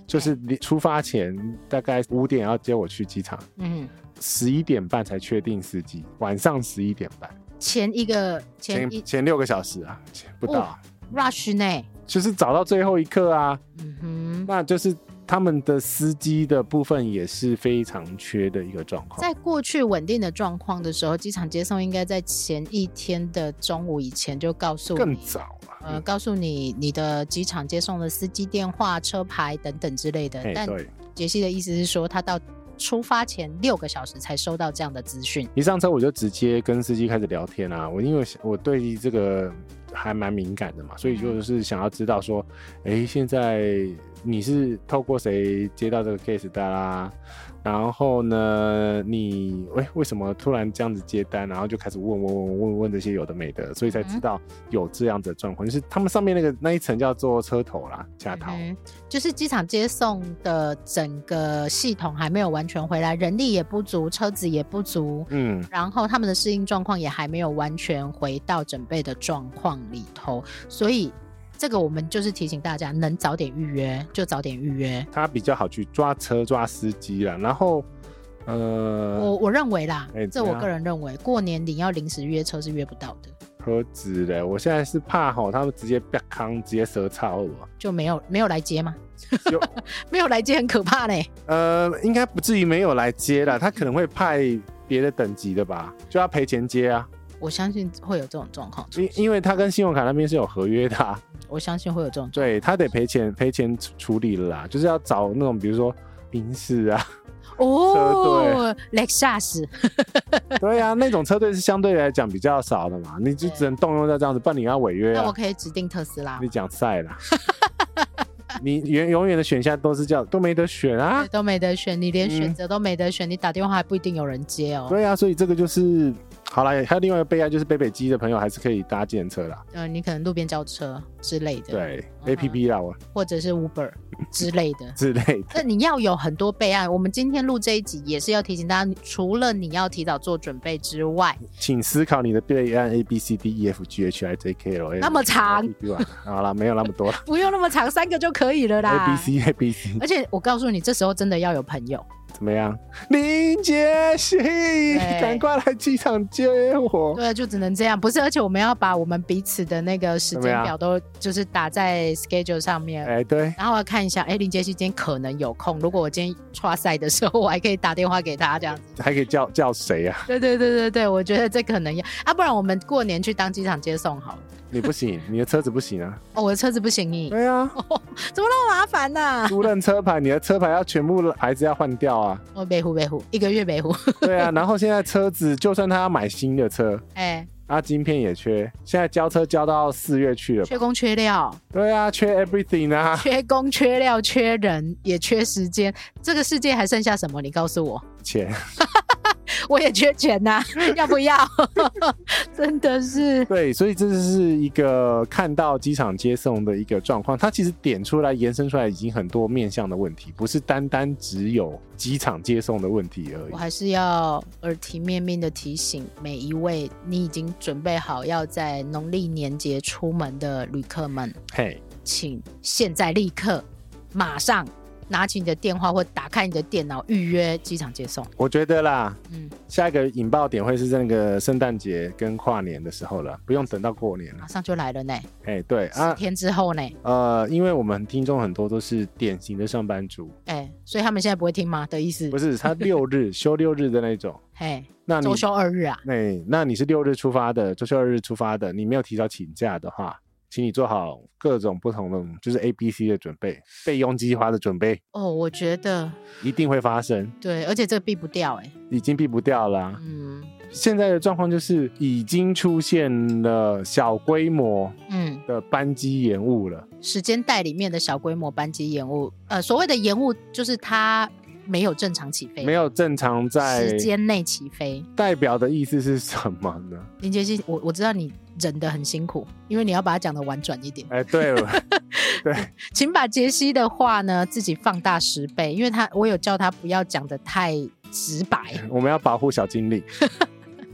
S2: 就是出发前大概五点要接我去机场，
S1: 嗯，
S2: 十一点半才确定司机，晚上十一点半，
S1: 前一个前一
S2: 前前六个小时啊，不到、
S1: 哦、rush 呢，
S2: 就是找到最后一刻啊，
S1: 嗯哼，
S2: 那就是他们的司机的部分也是非常缺的一个状况。
S1: 在过去稳定的状况的时候，机场接送应该在前一天的中午以前就告诉你，
S2: 更早啊，
S1: 呃，告诉你你的机场接送的司机电话、车牌等等之类的。但
S2: 对，
S1: 杰西的意思是说，他到出发前六个小时才收到这样的资讯。
S2: 一上车我就直接跟司机开始聊天啊，我因为我对这个还蛮敏感的嘛，所以就是想要知道说，哎、欸，现在你是透过谁接到这个 case 的啦？然后呢，你喂、欸、为什么突然这样子接单？然后就开始问问问问问这些有的没的，所以才知道有这样子的状况、嗯。就是他们上面那个那一层叫做车头啦，卡头、
S1: 嗯，就是机场接送的整个系统还没有完全回来，人力也不足，车子也不足，嗯，然后他们的适应状况也还没有完全回到准备的状况里头，所以。这个我们就是提醒大家，能早点预约就早点预约，
S2: 它比较好去抓车抓司机啦。然后，呃，
S1: 我我认为啦，
S2: 欸、
S1: 这我个人认为，过年你要临时约车是约不到的。
S2: 何止嘞！我现在是怕吼，他们直接啪康，直接舌操我，
S1: 就没有没有来接吗？没有来接很可怕嘞。
S2: 呃，应该不至于没有来接啦，他可能会派别的等级的吧，就要赔钱接啊。
S1: 我相信会有这种状况，
S2: 因因为他跟信用卡那边是有合约的、啊，
S1: 我相信会有这种状况，
S2: 对他得赔钱赔钱处理了啦，就是要找那种比如说宾士啊，
S1: 哦 ，Lexus，
S2: 对啊，那种车队是相对来讲比较少的嘛，你就只能动用到这样子，不然你要违约啊。
S1: 那我可以指定特斯拉，
S2: 你讲赛啦。你永远的选项都是叫都没得选啊，
S1: 都没得选，你连选择都没得选、嗯，你打电话还不一定有人接哦。
S2: 对啊，所以这个就是好啦，还有另外一个备案就是北北基的朋友还是可以搭计程车啦。
S1: 呃，你可能路边叫车之类的，
S2: 对、嗯、A P P 啦，我
S1: 或者是 Uber 之类的
S2: 之类的。
S1: 那你要有很多备案。我们今天录这一集也是要提醒大家，除了你要提早做准备之外，
S2: 请思考你的备案 A B C D E F G H I J K L M。
S1: 那么长？
S2: 好啦，没有那么多，
S1: 不用那么长，三个就可以了啦。
S2: A B C A B C。
S1: 而且我告诉你，这时候真的要有朋友。
S2: 怎么样，林杰西，赶快来机场接我。
S1: 对，就只能这样，不是？而且我们要把我们彼此的那个时间表都就是打在 schedule 上面。
S2: 哎、欸，对。
S1: 然后我要看一下，哎、欸，林杰西今天可能有空，如果我今天跨赛的时候，我还可以打电话给他，这样子。
S2: 还可以叫叫谁啊？
S1: 对对对对对，我觉得这可能要啊，不然我们过年去当机场接送好了。
S2: 你不行，你的车子不行啊。
S1: 哦，我的车子不行你。
S2: 对啊、
S1: 哦，怎么那么麻烦呢、啊？
S2: 租赁车牌，你的车牌要全部牌子要换掉啊。
S1: 哦，北湖北湖，一个月北湖。
S2: 对啊，然后现在车子，就算他要买新的车，哎、欸，啊，晶片也缺，现在交车交到四月去了，
S1: 缺工缺料。
S2: 对啊，缺 everything 啊，
S1: 缺工缺料，缺人，也缺时间。这个世界还剩下什么？你告诉我。
S2: 钱。
S1: 我也缺钱呐、啊，要不要？真的是
S2: 对，所以这是一个看到机场接送的一个状况，它其实点出来、延伸出来已经很多面向的问题，不是单单只有机场接送的问题而已。
S1: 我还是要耳提面命的提醒每一位，你已经准备好要在农历年节出门的旅客们，
S2: 嘿，
S1: 请现在立刻马上拿起你的电话或打开你的电脑预约机场接送。
S2: 我觉得啦，
S1: 嗯，
S2: 下一个引爆点会是在那个圣诞节跟跨年的时候了，不用等到过年了，
S1: 马上就来了呢。
S2: 哎、欸，对
S1: 啊，十天之后呢？
S2: 呃，因为我们听众很多都是典型的上班族，
S1: 哎、欸，所以他们现在不会听吗？的意思
S2: 不是，他六日休六日的那种，
S1: 嘿，那你周休二日啊？
S2: 哎，那你是六日出发的，周休二日出发的，你没有提早请假的话，请你做好各种不同的，就是 A B C 的准备，备用计划的准备。
S1: 哦，我觉得
S2: 一定会发生。
S1: 对，而且这个避不掉，哎，
S2: 已经避不掉了、啊。
S1: 嗯，
S2: 现在的状况就是已经出现了小规模嗯的班机延误了。
S1: 嗯、时间带里面的小规模班机延误，呃，所谓的延误就是它没有正常起飞，
S2: 没有正常在
S1: 时间内起飞，
S2: 代表的意思是什么呢？
S1: 林杰西，我我知道你忍得很辛苦，因为你要把它讲得婉转一点。
S2: 哎、欸，对了，对，
S1: 请把杰西的话呢自己放大十倍，因为他我有叫他不要讲得太直白，
S2: 我们要保护小精灵。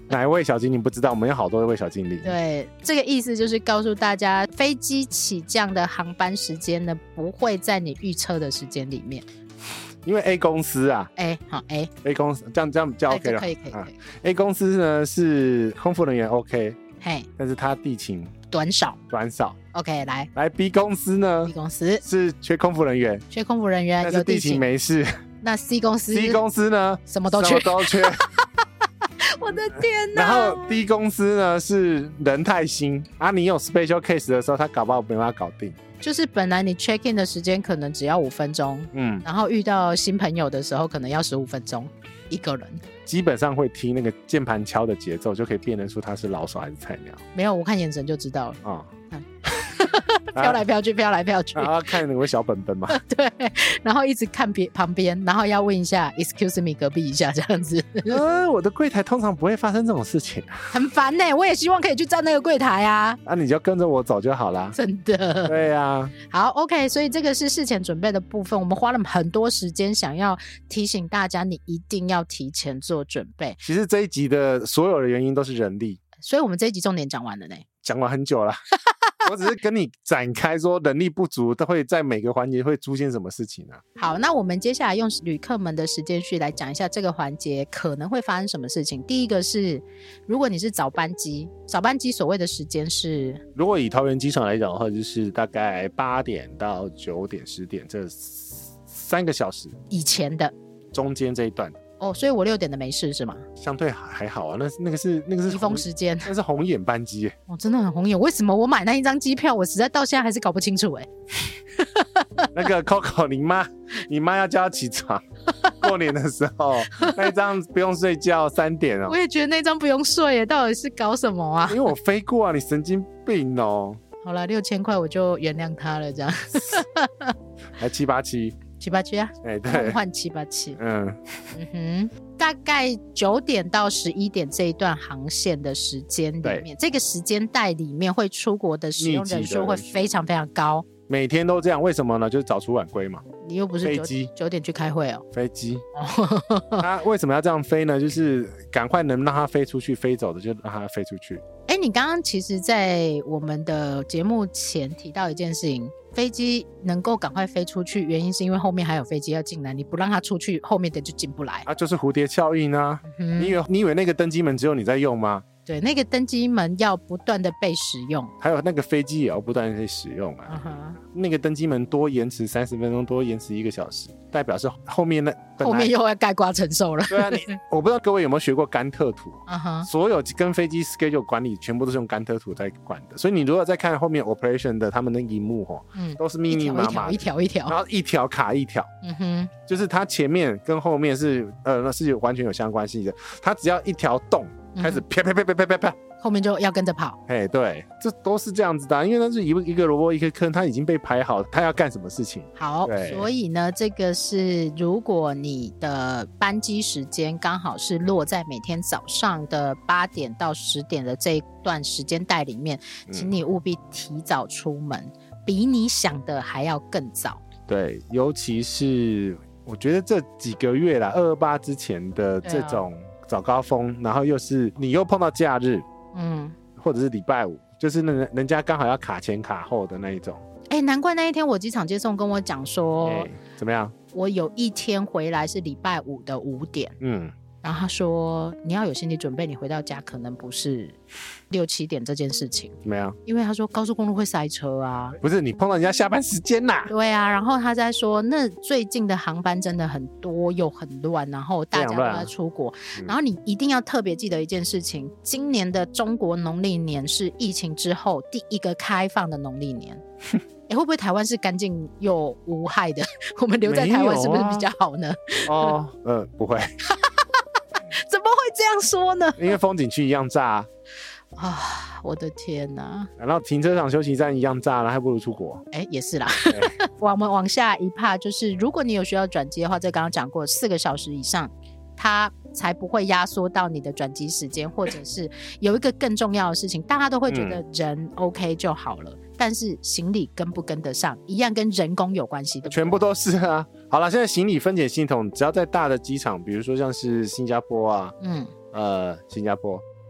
S2: 哪一位小精灵不知道？我们有好多位小精灵。
S1: 对，这个意思就是告诉大家，飞机起降的航班时间呢，不会在你预测的时间里面。
S2: 因为 A 公司啊，
S1: 哎，好 A
S2: A 公司这样这样比较 OK 了，
S1: 可以可以可以、啊、
S2: A 公司呢是空服人员 OK，
S1: 嘿，
S2: 但是它地勤
S1: 短少
S2: 短少。
S1: OK， 来
S2: 来 B 公司呢
S1: ，B 公司
S2: 是缺空服人员，
S1: 缺空服人员，
S2: 但是地勤没事。
S1: 那 C 公司
S2: C 公司呢
S1: 什么都缺，
S2: 什么都缺。
S1: 我的天哪！
S2: 然后 D 公司呢是人太新啊，你有 special case 的时候，他搞不好没办法搞定。
S1: 就是本来你 check in 的时间可能只要五分钟，嗯，然后遇到新朋友的时候可能要十五分钟一个人。
S2: 基本上会听那个键盘敲的节奏，就可以辨认出他是老手还是菜鸟。
S1: 没有，我看眼神就知道了。啊、哦，嗯，飘来飘去，飘来飘去，
S2: 然后看那个小本本嘛。
S1: 对，然后一直看别旁边，然后要问一下 ，excuse me， 隔壁一下这样子。
S2: 呃，我的柜台通常不会发生这种事情，
S1: 很烦呢、欸。我也希望可以去站那个柜台啊。
S2: 那、啊、你就跟着我走就好啦。
S1: 真的。
S2: 对啊。
S1: 好 ，OK， 所以这个是事前准备的部分，我们花了很多时间，想要提醒大家，你一定要提前做准备。
S2: 其实这一集的所有的原因都是人力，
S1: 所以我们这一集重点讲完了呢。
S2: 讲完很久了。我只是跟你展开说人力不足都会在每个环节会出现什么事情啊。
S1: 好，那我们接下来用旅客们的时间序来讲一下这个环节可能会发生什么事情。第一个是，如果你是早班机，早班机所谓的时间是，
S2: 如果以桃园机场来讲的话，就是大概八点到九点十点这三个小时
S1: 以前的
S2: 中间这一段。
S1: 哦，所以我六点的没事是吗？
S2: 相对还好啊，那那个是那个是
S1: 低峰时间，
S2: 那是红眼班机耶。
S1: 哦，真的很红眼。为什么我买那一张机票，我实在到现在还是搞不清楚哎。
S2: 那个 Coco， 你妈，你妈要叫她起床。过年的时候，那一张不用睡觉，三点哦。
S1: 我也觉得那张不用睡耶，到底是搞什么啊？
S2: 因为我飞过啊，你神经病哦。
S1: 好啦，六千块我就原谅他了，这样。
S2: 还七八七。
S1: 七八七啊，
S2: 哎、欸，对，
S1: 换七八七，
S2: 嗯
S1: 嗯哼，大概九点到十一点这一段航线的时间里面，这个时间带里面会出国的使用人数会非常非常高，
S2: 每天都这样，为什么呢？就是早出晚归嘛。
S1: 你又不是飞机九点去开会哦，
S2: 飞机，他为什么要这样飞呢？就是赶快能让它飞出去，飞走的就让它飞出去。
S1: 哎、欸，你刚刚其实在我们的节目前提到一件事情，飞机能够赶快飞出去，原因是因为后面还有飞机要进来，你不让它出去，后面的就进不来
S2: 啊，就是蝴蝶效应啊、嗯、你以为你以为那个登机门只有你在用吗？
S1: 对，那个登机门要不断的被使用，
S2: 还有那个飞机也要不断的被使用啊、uh-huh. 那个登机门多延迟三十分钟，多延迟一个小时，代表是后面那
S1: 后面又要盖瓜承受了。
S2: 对啊，你我不知道各位有没有学过甘特图、
S1: uh-huh.
S2: 所有跟飞机 schedule 管理全部都是用甘特图在管的，所以你如果在看后面 operation 的他们的萤幕、嗯、都是密密麻麻
S1: 一条一条一条，
S2: 然后一条卡一条、嗯哼，就是它前面跟后面是呃是完全有相关性的，它只要一条洞开始啪啪啪啪啪啪啪，
S1: 后面就要跟着跑。
S2: 哎，对，这都是这样子的、啊，因为那是一个一个萝卜一个坑，它已经被排好，它要干什么事情。
S1: 好，所以呢，这个是如果你的班机时间刚好是落在每天早上的八点到十点的这一段时间带里面，请你务必提早出门，嗯、比你想的还要更早。
S2: 对，尤其是我觉得这几个月啦，二二八之前的这种早高峰，然后又是你又碰到假日，嗯，或者是礼拜五，就是人人家刚好要卡前卡后的那一种。
S1: 哎、欸，难怪那一天我机场接送跟我讲说、
S2: 欸，怎么样？
S1: 我有一天回来是礼拜五的五点，嗯，然后他说你要有心理准备，你回到家可能不是六七点这件事情。
S2: 怎么样？
S1: 因为他说高速公路会塞车啊。
S2: 不是，你碰到人家下班时间啦。
S1: 对啊，然后他在说那最近的航班真的很多又很乱，然后大家都在出国、啊、然后你一定要特别记得一件事情，今年的中国农历年是疫情之后第一个开放的农历年。欸、会不会台湾是干净又无害的？我们留在台湾是不是比较好呢？
S2: 啊、哦，呃，不会。
S1: 怎么会这样说呢？
S2: 因为风景区一样炸啊！
S1: 啊，我的天哪！
S2: 然后停车场、休息站一样炸了，还不如出国。
S1: 哎、欸，也是啦。我们往下一趴，就是如果你有需要转机的话，这刚刚讲过，四个小时以上，它才不会压缩到你的转机时间，或者是有一个更重要的事情，大家都会觉得人 OK 就好了。嗯，但是行李跟不跟得上一样跟人工有关系的，
S2: 全部都是啊。好了，现在行李分拣系统只要在大的机场，比如说像是新加坡啊，嗯，呃，新加坡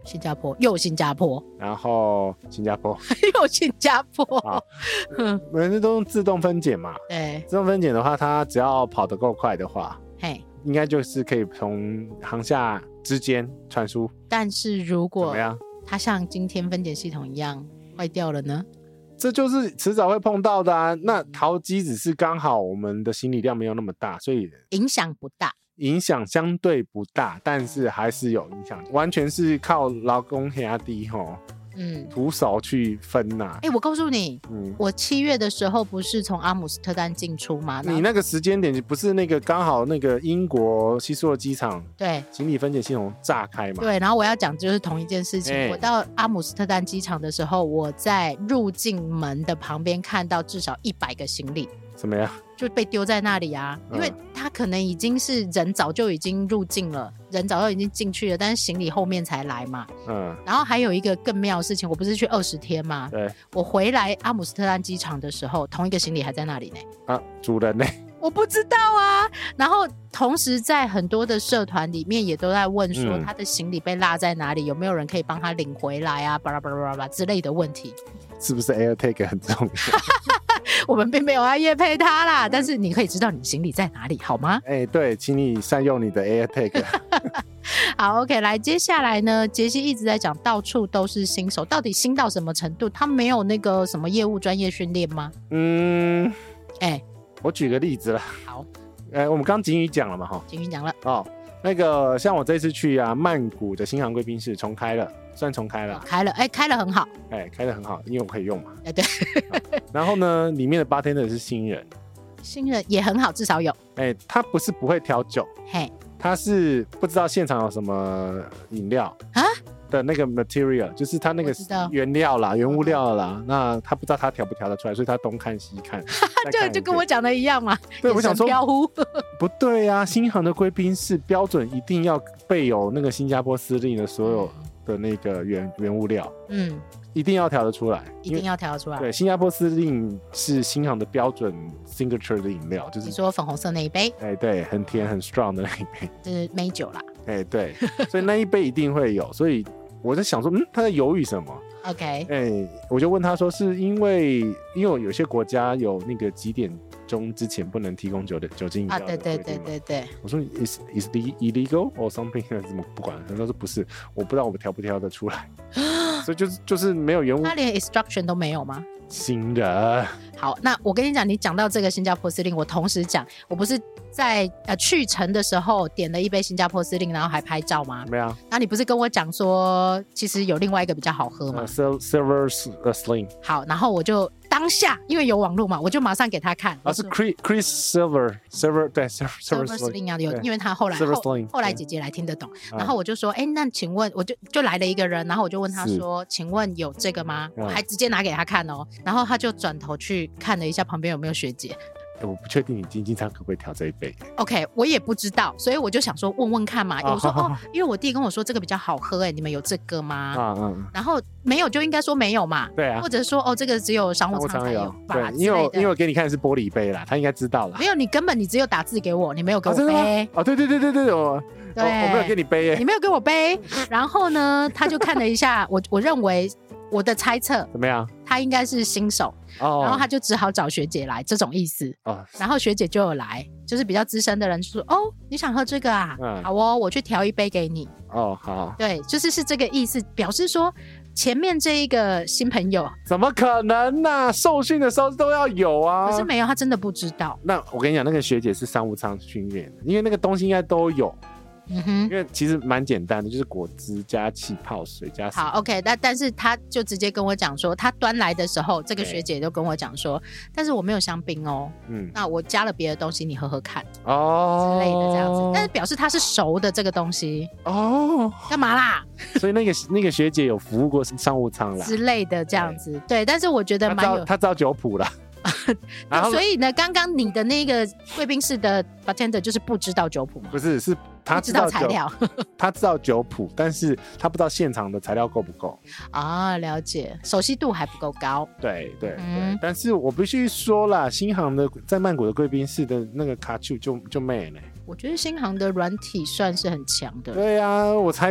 S1: 新加坡又新加坡，
S2: 然后新加坡
S1: 又新加坡。
S2: 好，人家都用自动分拣嘛。
S1: 对，
S2: 自动分拣的话，它只要跑得够快的话，
S1: 嘿，
S2: 应该就是可以从航厦之间传输。
S1: 但是如
S2: 怎
S1: 果
S2: 么样？
S1: 它像今天分拣系统一样坏掉了呢？
S2: 这就是迟早会碰到的啊。那桃机只是刚好我们的行李量没有那么大，所以
S1: 影响不大。
S2: 影响相对不大，但是还是有影响，完全是靠劳工兄弟吼，
S1: 嗯，
S2: 徒手去分呐、啊。
S1: 哎、欸，我告诉你，
S2: 嗯，
S1: 我七月的时候不是从阿姆斯特丹进出吗？
S2: 你那个时间点不是那个刚好那个英国希斯罗机场
S1: 对
S2: 行李分拣系统炸开嘛？
S1: 对，然后我要讲就是同一件事情。
S2: 欸、
S1: 我到阿姆斯特丹机场的时候，我在入境门的旁边看到至少一百个行李。
S2: 怎么样？
S1: 就被丢在那里啊，因为他可能已经是人早就已经入境了，人早就已经进去了，但是行李后面才来嘛。嗯。然后还有一个更妙的事情，我不是去二十天吗？
S2: 对。
S1: 我回来阿姆斯特丹机场的时候，同一个行李还在那里呢。
S2: 啊，主人呢？
S1: 我不知道啊。然后同时在很多的社团里面也都在问说，他的行李被落在哪里，有没有人可以帮他领回来啊？巴拉巴拉巴拉之类的问题。
S2: 是不是 AirTag 很重要？
S1: 我们并没有要业配它啦，但是你可以知道你行李在哪里，好吗？
S2: 哎、欸，对，请你善用你的 AirTag。
S1: 好 ，OK， 来，接下来呢，杰西一直在讲到处都是新手，到底新到什么程度？他没有那个什么业务专业训练吗？嗯，哎、欸，
S2: 我举个例子啦。
S1: 好，
S2: 哎、欸，我们刚景宇讲了嘛，哈，
S1: 景宇讲了。
S2: 哦，那个像我这次去啊，曼谷的新航贵宾室重开了。算重开了、
S1: 哦，开了，哎、欸，开了很好，
S2: 哎、欸，开的很好，因为我可以用嘛，
S1: 哎、欸，对。
S2: 然后呢，里面的 bartender 是新人，
S1: 新人也很好，至少有。
S2: 哎、欸，他不是不会调酒，嘿，他是不知道现场有什么饮料啊的那个 material， 就是他那个原料啦、原物料啦，那他不知道他调不调得出来，所以他东看西看。
S1: 对，就跟我讲的一样嘛。
S2: 对，我想说，
S1: 飘忽
S2: 不对呀、啊，新航的贵宾室标准一定要备有那个新加坡司令的所有。的那个原原物料，嗯，一定要调得出来，
S1: 一定要调得出来。
S2: 对，新加坡司令是新航的标准 signature 的饮料，就是
S1: 你说粉红色那一杯，
S2: 哎、欸，对，很甜很 strong 的那一杯，
S1: 就是美酒啦。
S2: 哎、欸，对，所以那一杯一定会有，所以我在想说，嗯，他在犹豫什么
S1: ？OK，
S2: 哎、欸，我就问他说，是因为因为有些国家有那个几点钟之前不能提供酒的酒精饮料
S1: 啊？对对对对对。
S2: 我说 is is illegal or something？ 怎么不管？他说不是，我不知道我们调不调得出来，所以就是就是没有原物。
S1: 他连 instruction 都没有吗？
S2: 新人。
S1: 好，那我跟你讲，你讲到这个新加坡司令，我同时讲，我不是在呃去程的时候点了一杯新加坡司令，然后还拍照吗？
S2: 没有。
S1: 那你不是跟我讲说，其实有另外一个比较好喝吗？
S2: uh, Silver Sling。
S1: 好，然后我就当下因为有网络嘛，我就马上给他看。
S2: 啊，是 Chris Chris Silver Silver 对
S1: Silver Sling 啊，有，因为他后来
S2: Silver
S1: 后,
S2: Sling,
S1: 后来姐姐来听得懂，然后我就说，哎、欸，那请问，我就就来了一个人，然后我就问他说，请问有这个吗？我还直接拿给他看哦，然后他就转头去看了一下旁边有没有学姐。
S2: 欸、我不确定你经济舱可不可以调这一杯。
S1: OK， 我也不知道，所以我就想说问问看嘛。
S2: 哦、
S1: 我说
S2: 哦，
S1: 哦，因为我弟跟我说这个比较好喝，哎，你们有这个吗？
S2: 嗯嗯。
S1: 然后没有就应该说没有嘛。
S2: 对啊。
S1: 或者说哦，这个只有商务舱才有吧？
S2: 对，因为我因为我给你看的是玻璃杯啦，他应该知道啦。
S1: 没有，你根本你只有打字给我，你没有给我杯。
S2: 哦，对对对对对，我
S1: 对
S2: 我, 我没有给你杯耶，
S1: 你没有给我杯。然后呢，他就看了一下，我我认为我的猜测
S2: 怎么样？
S1: 他应该是新手。哦、然后他就只好找学姐来，这种意思、哦、然后学姐就有来，就是比较资深的人就说，哦，你想喝这个啊、嗯、好哦，我去调一杯给你。
S2: 哦，好，
S1: 对，就是是这个意思，表示说前面这一个新朋友
S2: 怎么可能啊，受训的时候都要有啊。
S1: 可是没有，他真的不知道。
S2: 那我跟你讲，那个学姐是商务舱训练的，因为那个东西应该都有。嗯哼，因为其实蛮简单的，就是果汁加气泡水加水。
S1: 好 ，OK， 但但是他就直接跟我讲说，他端来的时候，这个学姐就跟我讲说，但是我没有香槟哦，嗯，那我加了别的东西，你喝喝看哦之类的这样子，但是表示它是熟的这个东西哦，干嘛啦？
S2: 所以那个那个学姐有服务过商务舱啦
S1: 之类的这样子，对，但是我觉得蛮有，
S2: 他知道酒谱啦。
S1: 所以呢，刚刚你的那个贵宾室的 bartender 就是不知道酒谱吗？
S2: 不是，是他知道材料，他知道酒谱，但是他不知道现场的材料够不够
S1: 啊。了解，熟悉度还不够高。
S2: 对对、嗯、对，但是我必须说啦，新航的在曼谷的贵宾室的那个卡丘就就美了。
S1: 我觉得新航的软体算是很强的。
S2: 对啊，我才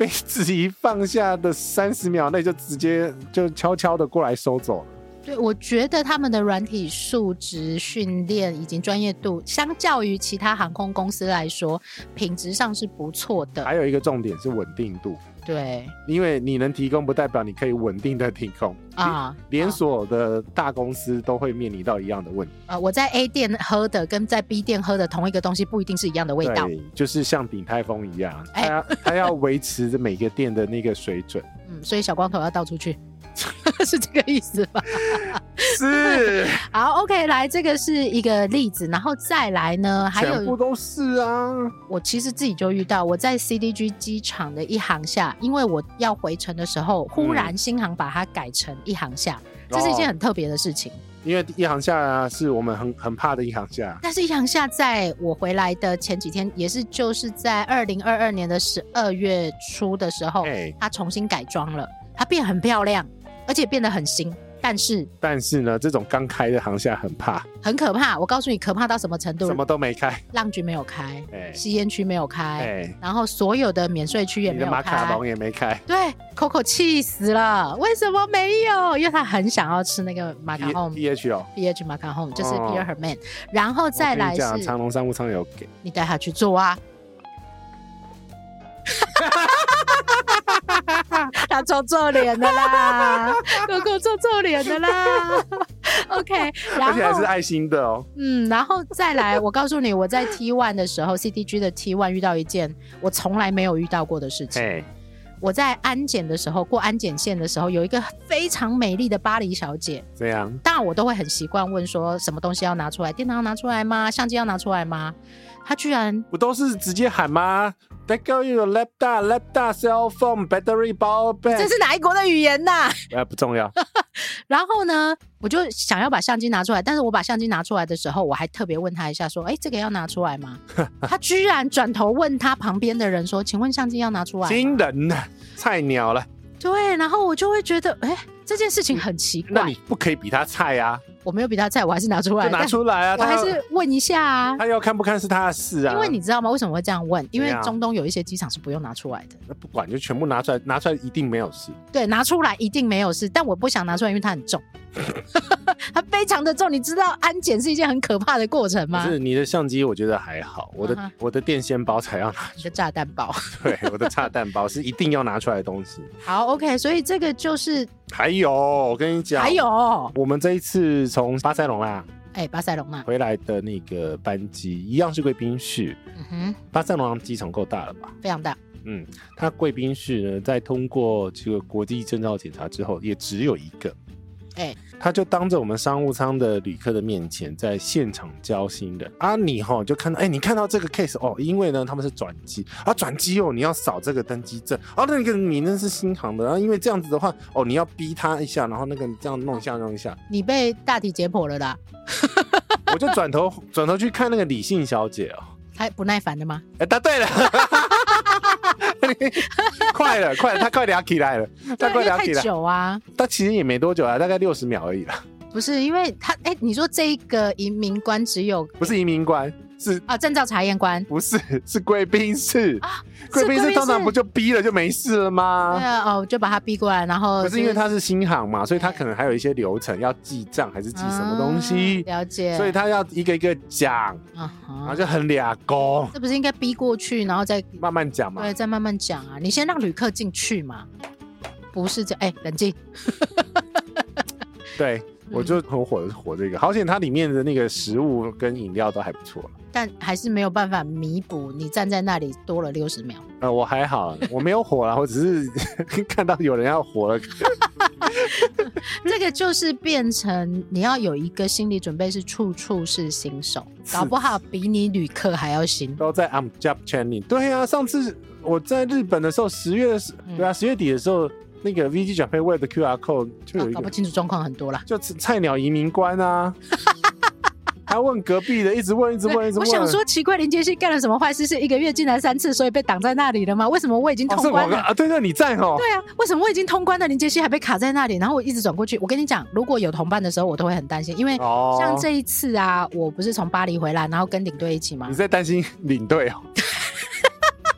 S2: 被质疑放下的三十秒内就直接就悄悄的过来收走了。
S1: 对，我觉得他们的软体素质、训练以及专业度，相较于其他航空公司来说，品质上是不错的。
S2: 还有一个重点是稳定度。
S1: 对，
S2: 因为你能提供不代表你可以稳定的提供啊，连锁的大公司都会面临到一样的问题。
S1: 呃，我在 A 店喝的跟在 B 店喝的同一个东西不一定是一样的味道。
S2: 对，就是像鼎泰丰一样，它要它要维持着每个店的那个水准。
S1: 嗯，所以小光头要倒出去。是这个意思吧？
S2: 是。
S1: 好 OK， 来，这个是一个例子，然后再来呢，还有
S2: 全部都是啊。
S1: 我其实自己就遇到，我在 C D G 机场的一航下，因为我要回程的时候，忽然新航把它改成一航下，嗯、这是一件很特别的事情。
S2: 因为一航下、啊、是我们很很怕的一航下，
S1: 但是一航下在我回来的前几天，也是就是在二零二二年的十二月初的时候，欸、它重新改装了，它变很漂亮。而且变得很新，但是
S2: 但是呢，这种刚开的航厦很怕，
S1: 很可怕。我告诉你，可怕到什么程度？
S2: 什么都没开，
S1: 浪局没有开，
S2: 欸、
S1: 吸烟区没有开，
S2: 欸、
S1: 然后所有的免税区也没有开，
S2: 你的马卡龙也没开。
S1: 对 ，Coco 气死了，为什么没有？因为他很想要吃那个马卡龙
S2: ，P H 哦
S1: ，P H 马卡龙就是 Pierre Herman，、哦、然后再来是
S2: 长龙商务舱有给，
S1: 你带他去做啊。他臭臭脸的啦，狗狗臭臭脸的啦。OK， 然后
S2: 而且还是爱心的哦。
S1: 嗯，然后再来，我告诉你，我在 T 一 的时候 ，C D G 的 T 一 遇到一件我从来没有遇到过的事情。
S2: Hey.
S1: 我在安检的时候，过安检线的时候，有一个非常美丽的巴黎小姐。
S2: 这样，
S1: 当然我都会很习惯问说，什么东西要拿出来？电脑要拿出来吗？相机要拿出来吗？她居然
S2: 不都是直接喊吗？Take out your laptop, laptop, cell phone, battery, power bank。
S1: 这是哪一国的语言呐、啊？
S2: 呃，不重要。
S1: 然后呢，我就想要把相机拿出来，但是我把相机拿出来的时候，我还特别问他一下说，哎，这个要拿出来吗？他居然转头问他旁边的人说，请问相机要拿出来吗？
S2: 新人呐，菜鸟了。
S1: 对，然后我就会觉得，哎，这件事情很奇怪。
S2: 那你不可以比他菜啊。
S1: 我没有比他菜，我还是拿出来，
S2: 就拿出来啊！
S1: 我还是问一下啊。
S2: 他要看不看是他的事啊。
S1: 因为你知道吗？为什么会这样问？因为中东有一些机场是不用拿出来的。
S2: 那不管，就全部拿出来，拿出来一定没有事。
S1: 对，拿出来一定没有事，但我不想拿出来，因为它很重。它非常的重，你知道安检是一件很可怕的过程吗？
S2: 不是，你的相机我觉得还好，我的、uh-huh. 我的电线包才要拿出来。
S1: 你的炸弹包。
S2: 对，我的炸弹包是一定要拿出来的东西。
S1: 好 ，OK， 所以这个就是
S2: 还有，我跟你讲，
S1: 还有
S2: 我们这一次从巴塞隆纳。
S1: 哎、欸，巴塞隆纳
S2: 回来的那个班机一样是贵宾室。嗯哼，巴塞隆纳机场够大了吧？
S1: 非常大。
S2: 嗯，它贵宾室呢，在通过这个国际证照检查之后，也只有一个。哎、欸，他就当着我们商务舱的旅客的面前，在现场交新人啊，你齁就看到，哎、欸，你看到这个 case 哦，因为呢他们是转机啊，转机哦，你要扫这个登机证啊，那个你那是新航的，然后因为这样子的话，哦，你要逼他一下，然后那个这样弄一下弄一下，
S1: 你被大体解剖了啦。
S2: 我就转头转头去看那个李姓小姐哦，
S1: 她不耐烦的吗？
S2: 哎、欸，答对了。快了，快了，他快聊起来了，他快聊起来。
S1: 太久啊，
S2: 他其实也没多久啊，大概六十秒而已啦。
S1: 不是，因为他，哎、欸，你说这个移民官只有
S2: 不是移民官，是
S1: 啊，证照查验官，
S2: 不是，是贵宾室啊。贵宾室通常不就逼了就没事了吗？
S1: 对啊，哦，就把他逼过来，然后、就是、
S2: 可是因为他是新航嘛，所以他可能还有一些流程要记账，还是记什么东西？
S1: 啊、了解。
S2: 所以他要一个一个讲，啊、然后就很俩公。
S1: 这不是应该逼过去，然后再
S2: 慢慢讲嘛？
S1: 对，再慢慢讲啊！你先让旅客进去嘛，不是这，哎、欸，冷静。
S2: 对。我就很火的火这个，好险它里面的那个食物跟饮料都还不错，
S1: 但还是没有办法弥补你站在那里多了六十秒。
S2: 呃，我还好，我没有火啦，我只是看到有人要火了。
S1: 这个就是变成你要有一个心理准备，是处处是新手，搞不好比你旅客还要新。
S2: 都在 on job training。对啊，上次我在日本的时候，十月对啊，十月底的时候。那个 V G Japan Web 的 Q R code 就有一个、
S1: 啊、搞不清楚状况很多啦，
S2: 就菜鸟移民官啊，还问隔壁的，一直问，一直问，一直问。
S1: 我想说，奇怪，林杰西干了什么坏事？是一个月进来三次，所以被挡在那里了吗？为什么我已经通关了？
S2: 哦、啊，对对，你在哦。
S1: 对啊，为什么我已经通关了，林杰西还被卡在那里？然后我一直转过去。我跟你讲，如果有同伴的时候，我都会很担心，因为像这一次啊，我不是从巴黎回来，然后跟领队一起吗？
S2: 你在担心领队哦？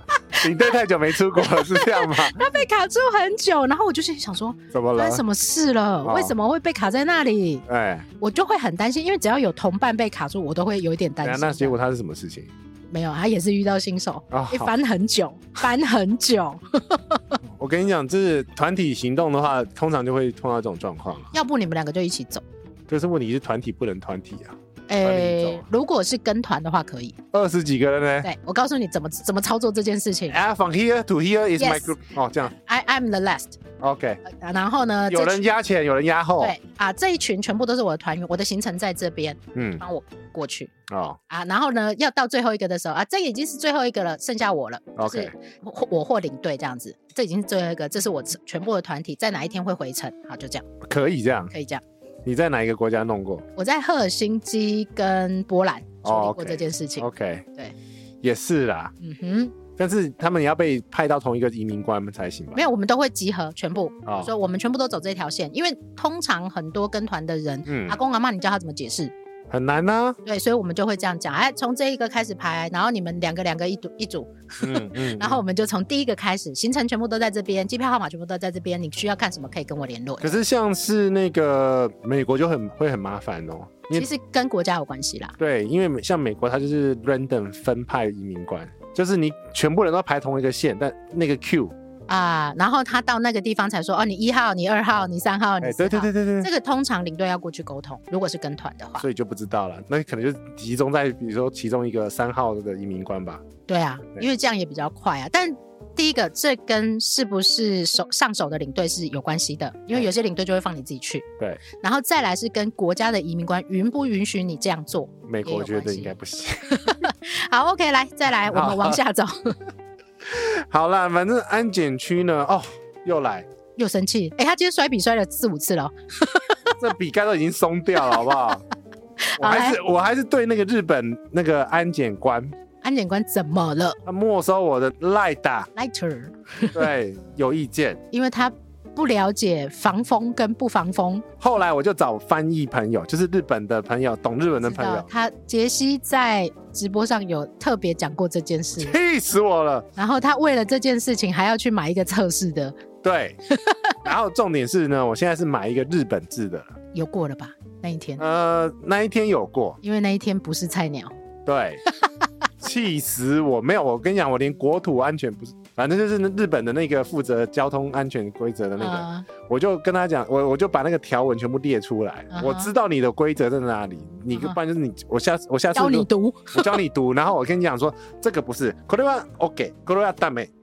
S2: 领队太久没出国了，是这样吗？
S1: 他被卡住很久，然后我就心里想说，
S2: 怎么了？
S1: 发生什么事了？
S2: 哦
S1: 为什么会被卡在那里？
S2: 哎，
S1: 我就会很担心，因为只要有同伴被卡住，我都会有一点担心。
S2: 那结果他是什么事情？
S1: 没有，他也是遇到新手，
S2: 哦
S1: 一翻很久，翻很久。
S2: 我跟你讲，这是团体行动的话，通常就会碰到这种状况。
S1: 要不你们两个就一起走。
S2: 就是问题是团体不能团体啊。
S1: 诶，如果是跟团的话可以。
S2: 二十几个人呢？
S1: 对，我告诉你怎么怎么操作这件事情。
S2: 啊 ，from here to here is my
S1: Yes.
S2: group。哦，这样。
S1: I I'm the last。
S2: OK。
S1: 然后呢，
S2: 有人压前，有人压后。
S1: 对啊，这一群全部都是我的团员，我的行程在这边，
S2: 嗯，
S1: 帮我过去。
S2: 哦
S1: 啊，然后呢，要到最后一个的时候啊，这已经是最后一个了，剩下我了。就是
S2: OK。
S1: 我我或领队这样子，这已经是最后一个，这是我全部的团体，在哪一天会回程？好，就这样。
S2: 可以这样。
S1: 可以这样。
S2: 你在哪一个国家弄过？
S1: 我在赫尔辛基跟波兰处理过这件事情。
S2: 哦、OK，
S1: 对，
S2: 也是啦。
S1: 嗯哼，
S2: 但是他们也要被派到同一个移民官才行吧？
S1: 没有，我们都会集合全部，
S2: 哦、
S1: 所以我们全部都走这条线。因为通常很多跟团的人，嗯、阿公阿嬷，你教他怎么解释？
S2: 很难啊。
S1: 对，所以我们就会这样讲，哎，从这一个开始排，然后你们两个两个一组一组，嗯嗯、然后我们就从第一个开始，行程全部都在这边，机票号码全部都在这边，你需要看什么可以跟我联络。
S2: 可是像是那个美国就很会很麻烦哦，
S1: 其实跟国家有关系啦。
S2: 对，因为像美国它就是 random 分派移民官，就是你全部人都排同一个线，但那个 Q。
S1: 啊，然后他到那个地方才说，哦，你一号，你二号，你三号，你四号。
S2: 对对对对对，
S1: 这个通常领队要过去沟通，如果是跟团的话。
S2: 所以就不知道了，那可能就集中在比如说其中一个三号的移民官吧。
S1: 对啊，对，因为这样也比较快啊。但第一个，这跟是不是手上手的领队是有关系的，因为有些领队就会放你自己去。
S2: 对。
S1: 然后再来是跟国家的移民官允不允许你这样做。
S2: 美国觉得应该不行。
S1: 好 ，OK， 来，再来，我们往下走。
S2: 好啦，反正安检区呢，哦，又来，
S1: 又生气，哎、欸，他今天摔笔摔了四五次了，
S2: 这笔盖都已经松掉了，好不好？我还是我还是对那个日本那个安检官，
S1: 安检官怎么了？
S2: 他没收我的 Lighter
S1: Lighter，
S2: 对，有意见，
S1: 因为他不了解防风跟不防风。
S2: 后来我就找翻译朋友，就是日本的朋友，懂日文的朋友。
S1: 他杰西在直播上有特别讲过这件事，
S2: 气死我了。
S1: 然后他为了这件事情还要去买一个测试的。
S2: 对，然后重点是呢，我现在是买一个日本制的。
S1: 有过了吧？那一天？
S2: 呃，那一天有过，
S1: 因为那一天不是菜鸟。
S2: 对，气死我！没有，我跟你讲，我连国土安全不是。反正就是日本的那个负责交通安全规则的那个， uh, 我就跟他讲，我我就把那个条文全部列出来， uh-huh. 我知道你的规则在哪里，你不然就是你，我下次我下次
S1: 教你读，
S2: 我教你读，然后我跟你讲说这个不是，これは OK，これはダメ。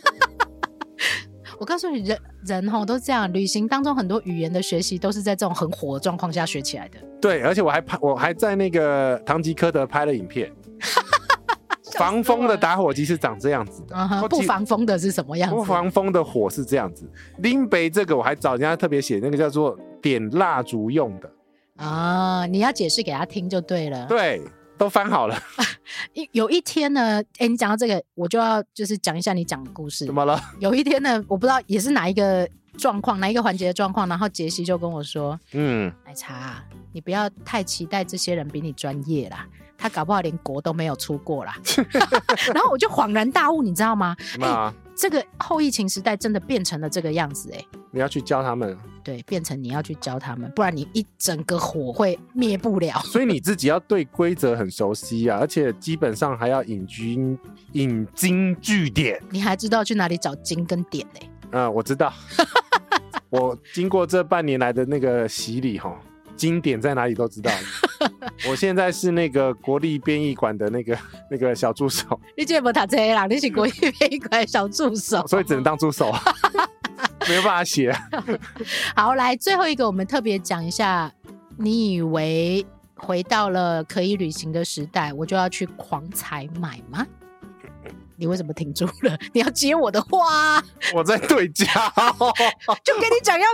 S1: 我告诉你，人人吼都这样，旅行当中很多语言的学习都是在这种很火的状况下学起来的。
S2: 对，而且我还拍，我还在那个唐吉诃德拍了影片。防风的打火机是长这样子的，
S1: uh-huh, 不防风的是什么样子？
S2: 不防风的火是这样子。林北这个我还找人家特别写那个叫做点蜡烛用的
S1: 啊，你要解释给他听就对了。
S2: 对，都翻好了。
S1: 有一天呢，哎，你讲到这个，我就要就是讲一下你讲的故事。
S2: 怎么了？
S1: 有一天呢，我不知道也是哪一个状况，哪一个环节的状况，然后杰西就跟我说：“嗯，奶茶、啊，你不要太期待这些人比你专业啦。”他搞不好连国都没有出过啦。然后我就恍然大悟，你知道吗？欸、这个后疫情时代真的变成了这个样子。哎、欸，
S2: 你要去教他们。
S1: 对，变成你要去教他们，不然你一整个火会灭不了。
S2: 所以你自己要对规则很熟悉啊，而且基本上还要引经引经据典。
S1: 你还知道去哪里找经跟点嘞、欸？
S2: 嗯，我知道。我经过这半年来的那个洗礼齁，经典在哪里都知道。我现在是那个国立编译馆的那个那个小助手。
S1: 你怎么读这个啦？你是国立编译馆小助手，
S2: 所以只能当助手，没有办法写。
S1: 好，来最后一个，我们特别讲一下。你以为回到了可以旅行的时代，我就要去狂采买吗？你为什么停住了？你要接我的话。
S2: 我在对焦。
S1: 就跟你讲要去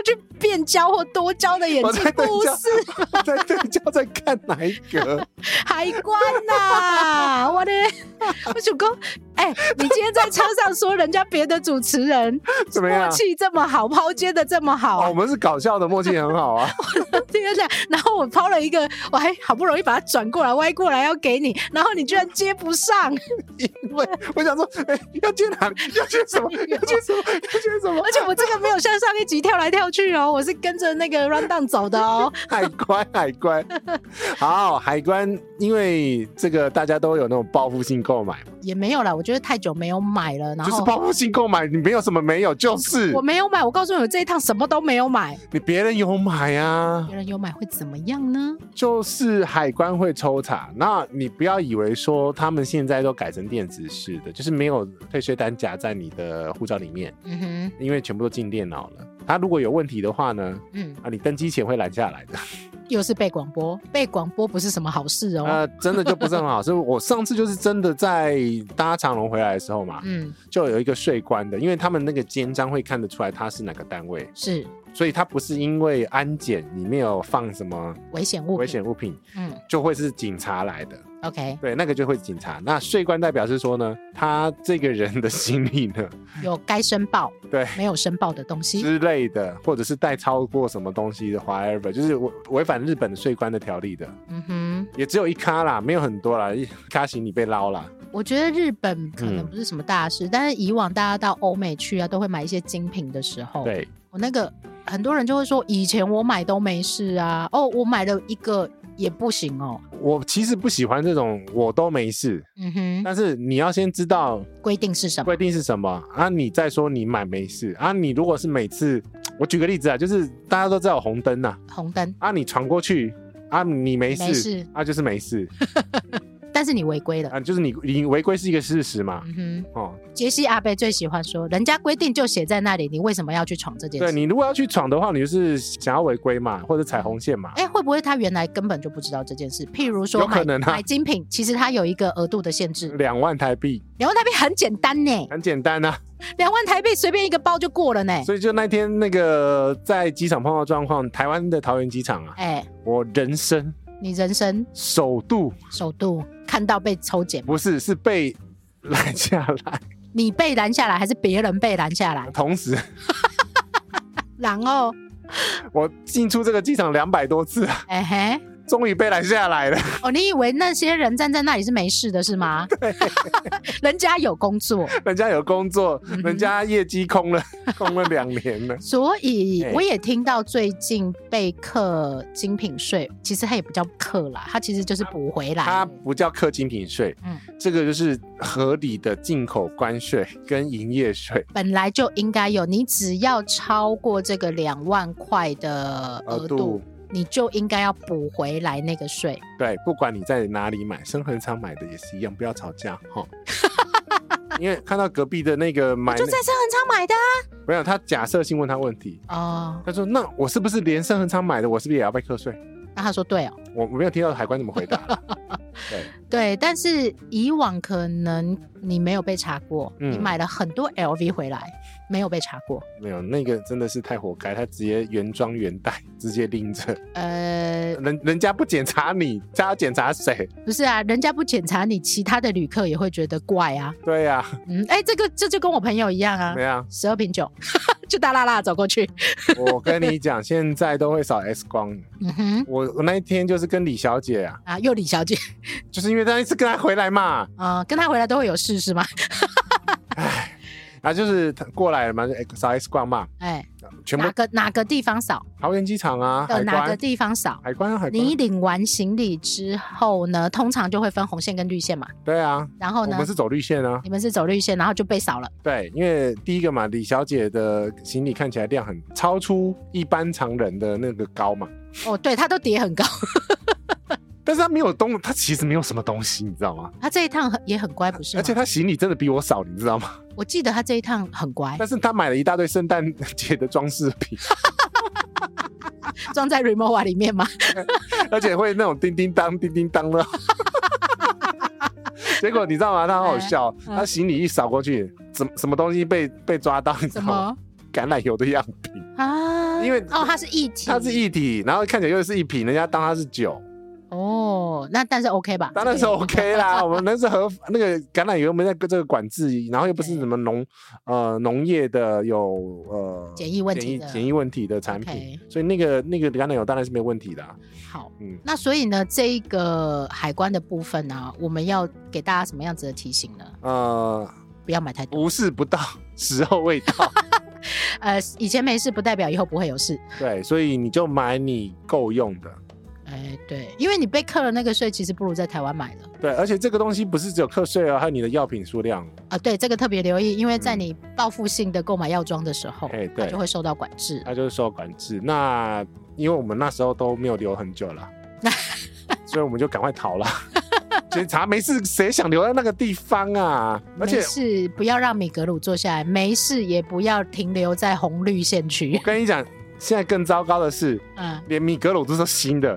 S1: 变焦或多焦的眼睛，不是？
S2: 我在对焦在看哪一个
S1: 海关呐、啊！我的，我想说，哎、欸，你今天在车上说人家别的主持人
S2: 怎么样？
S1: 默契这么好，抛接的这么好、啊
S2: 哦，我们是搞笑的默契很好啊。
S1: 天哪！然后我抛了一个，我还好不容易把它转过来、歪过来要给你，然后你居然接不上。
S2: 因为我想说，哎、欸，要接哪里？要接什么？要接什么？要接什么？
S1: 而且我这个没有像上一集跳来跳去哦，我是跟着那个 rundown 走的哦。
S2: 海关，海关，好，海关，因为这个大家都有那种报复性购买，
S1: 也没有啦，我觉得太久没有买了，然后
S2: 就是报复性购买，你没有什么没有，就是
S1: 我没有买，我告诉你，我这一趟什么都没有买。
S2: 你别人有买啊，
S1: 别人有买会怎么样呢？
S2: 就是海关会抽查，那你不要以为说他们现在都改成电子式的，就是没有退税单夹在你的护照里面，
S1: 嗯哼，
S2: 因为全部都进电脑了。他如果有问题的话呢，嗯啊，你登机前会拦下来的。
S1: 又是被广播，被广播不是什么好事哦。
S2: 呃，真的就不是很好。所以我上次就是真的在搭长荣回来的时候嘛，嗯，就有一个税关的，因为他们那个肩章会看得出来他是哪个单位，
S1: 是，
S2: 所以他不是因为安检里面有放什么
S1: 危险物品，
S2: 危险物品，嗯，就会是警察来的。
S1: OK，
S2: 对，那个就会警察。那税关代表是说呢，他这个人的行李呢，
S1: 有该申报，
S2: 对，
S1: 没有申报的东西
S2: 之类的，或者是带超过什么东西的 whatever， 就是违反日本的税关的条例的。嗯哼，也只有一咖啦，没有很多啦，一咖行李被捞啦。
S1: 我觉得日本可能不是什么大事，嗯、但是以往大家到欧美去啊，都会买一些精品的时候，
S2: 对，
S1: 我那个很多人就会说，以前我买都没事啊，哦，我买了一个。也不行哦，
S2: 我其实不喜欢这种我都没事，嗯哼，但是你要先知道
S1: 规定是什么，
S2: 规定是什么啊？你再说你买没事啊？你如果是每次，我举个例子啊，就是大家都知道有红灯呐、
S1: 啊，红灯
S2: 啊，你闯过去啊，你没事，
S1: 没事
S2: 啊，就是没事。
S1: 但是你违规了
S2: 啊，就是你你违规是一个事实嘛。
S1: 嗯哼，哦，杰西阿伯最喜欢说，人家规定就写在那里，你为什么要去闯这件事？
S2: 对，你如果要去闯的话，你就是想要违规嘛，或者踩红线嘛。
S1: 哎，会不会他原来根本就不知道这件事？譬如说，
S2: 有可能啊，
S1: 买精品，其实它有一个额度的限制，
S2: 两万台币。
S1: 两万台币很简单呢，
S2: 很简单啊，
S1: 两万台币随便一个包就过了呢。
S2: 所以就那天那个在机场碰到状况，台湾的桃园机场啊，哎，我人生。
S1: 你人生
S2: 首度
S1: 首度看到被抽检，
S2: 不是，是被拦下来。
S1: 你被拦下来还是别人被拦下来？
S2: 同时
S1: 然后
S2: 我进出这个机场两百多次啊，哎嘿，终于被拦下来了。
S1: 哦，你以为那些人站在那里是没事的是吗？
S2: 对，
S1: 人家有工作，
S2: 人家有工作，嗯、人家业绩空了，空了两年了。
S1: 所以我也听到最近被课精品税，其实它也不叫课啦，它其实就是补回来。
S2: 它不叫课精品税，嗯，这个就是合理的进口关税跟营业税，
S1: 本来就应该有，你只要超过这个两万块的额度。你就应该要补回来那个税。
S2: 对，不管你在哪里买，生恒昌买的也是一样，不要吵架哈。因为看到隔壁的那个买，
S1: 我就在生恒昌买的啊。
S2: 没有，他假设性问他问题哦，他说：“那我是不是连生恒昌买的，我是不是也要被课税？”
S1: 那他说：“对哦。”
S2: 我我没有听到海关怎么回答。对
S1: 对，但是以往可能你没有被查过，嗯、你买了很多 L V 回来。没有被查过，
S2: 没有，那个真的是太活该，他直接原装原带，直接拎着。呃，人人家不检查你，他要检查谁？
S1: 不是啊，人家不检查你，其他的旅客也会觉得怪啊。
S2: 对呀、啊，
S1: 嗯，哎，这个这就跟我朋友一样啊，
S2: 怎么样？
S1: 十二瓶酒，就大啦啦走过去。
S2: 我跟你讲，现在都会扫 X 光。嗯哼，我我那一天就是跟李小姐啊，
S1: 啊，又李小姐，
S2: 就是因为那一次跟她回来嘛，
S1: 啊、呃，跟她回来都会有事是吗？
S2: 唉。然后就是过来了嘛，扫 X 光嘛，哎，全部
S1: 哪个哪个地方扫？
S2: 桃园机场啊，
S1: 的哪个地方扫？
S2: 海关啊，海关。
S1: 你领完行李之后呢，通常就会分红线跟绿线嘛。
S2: 对啊。
S1: 然后呢？
S2: 我们是走绿线啊。
S1: 你们是走绿线，然后就被扫了。
S2: 对，因为第一个嘛，李小姐的行李看起来量很超出一般常人的那个高嘛。
S1: 哦，对，她都叠很高。
S2: 但是他没有东，他其实没有什么东西，你知道吗？
S1: 他这一趟也很乖，不是吗？
S2: 而且他行李真的比我少，你知道吗？
S1: 我记得他这一趟很乖，
S2: 但是他买了一大堆圣诞节的装饰品，
S1: 装在 Rimowa 里面吗？
S2: 而且会那种叮叮当、叮叮当的。结果你知道吗？他很好笑，他行李一扫过去，什什么东西被被抓到？你知道吗？橄榄油的样品。
S1: 啊，
S2: 因为
S1: 哦它是液体，
S2: 它是液体，然后看起来又是一瓶，人家当它是酒。
S1: 哦，那但是 OK 吧？
S2: 当然是 OK 啦，我们那是合那个橄榄油，我们在这个管制，然后又不是什么农呃农业的有呃
S1: 检疫问题的
S2: 检疫问题的产品，
S1: okay.
S2: 所以那个那个橄榄油当然是没有问题的、啊。
S1: 好，
S2: 嗯，
S1: 那所以呢，这一个海关的部分呢、啊，我们要给大家什么样子的提醒呢？
S2: 呃，
S1: 不要买太多，
S2: 无事不到，时候未到。
S1: 呃，以前没事不代表以后不会有事。
S2: 对，所以你就买你够用的。
S1: 哎，对，因为你被课了那个税，其实不如在台湾买了。
S2: 对，而且这个东西不是只有课税哦，还有你的药品数量
S1: 啊。对，这个特别留意，因为在你报复性的购买药妆的时候，
S2: 嗯、
S1: 它就会受到管制。
S2: 它就是受管制。那因为我们那时候都没有留很久了，所以我们就赶快逃了。检查没事，谁想留在那个地方啊？而且
S1: 没事，不要让米格鲁坐下来，没事也不要停留在红绿线区。
S2: 我跟你讲，现在更糟糕的是，嗯，连米格鲁都是新的。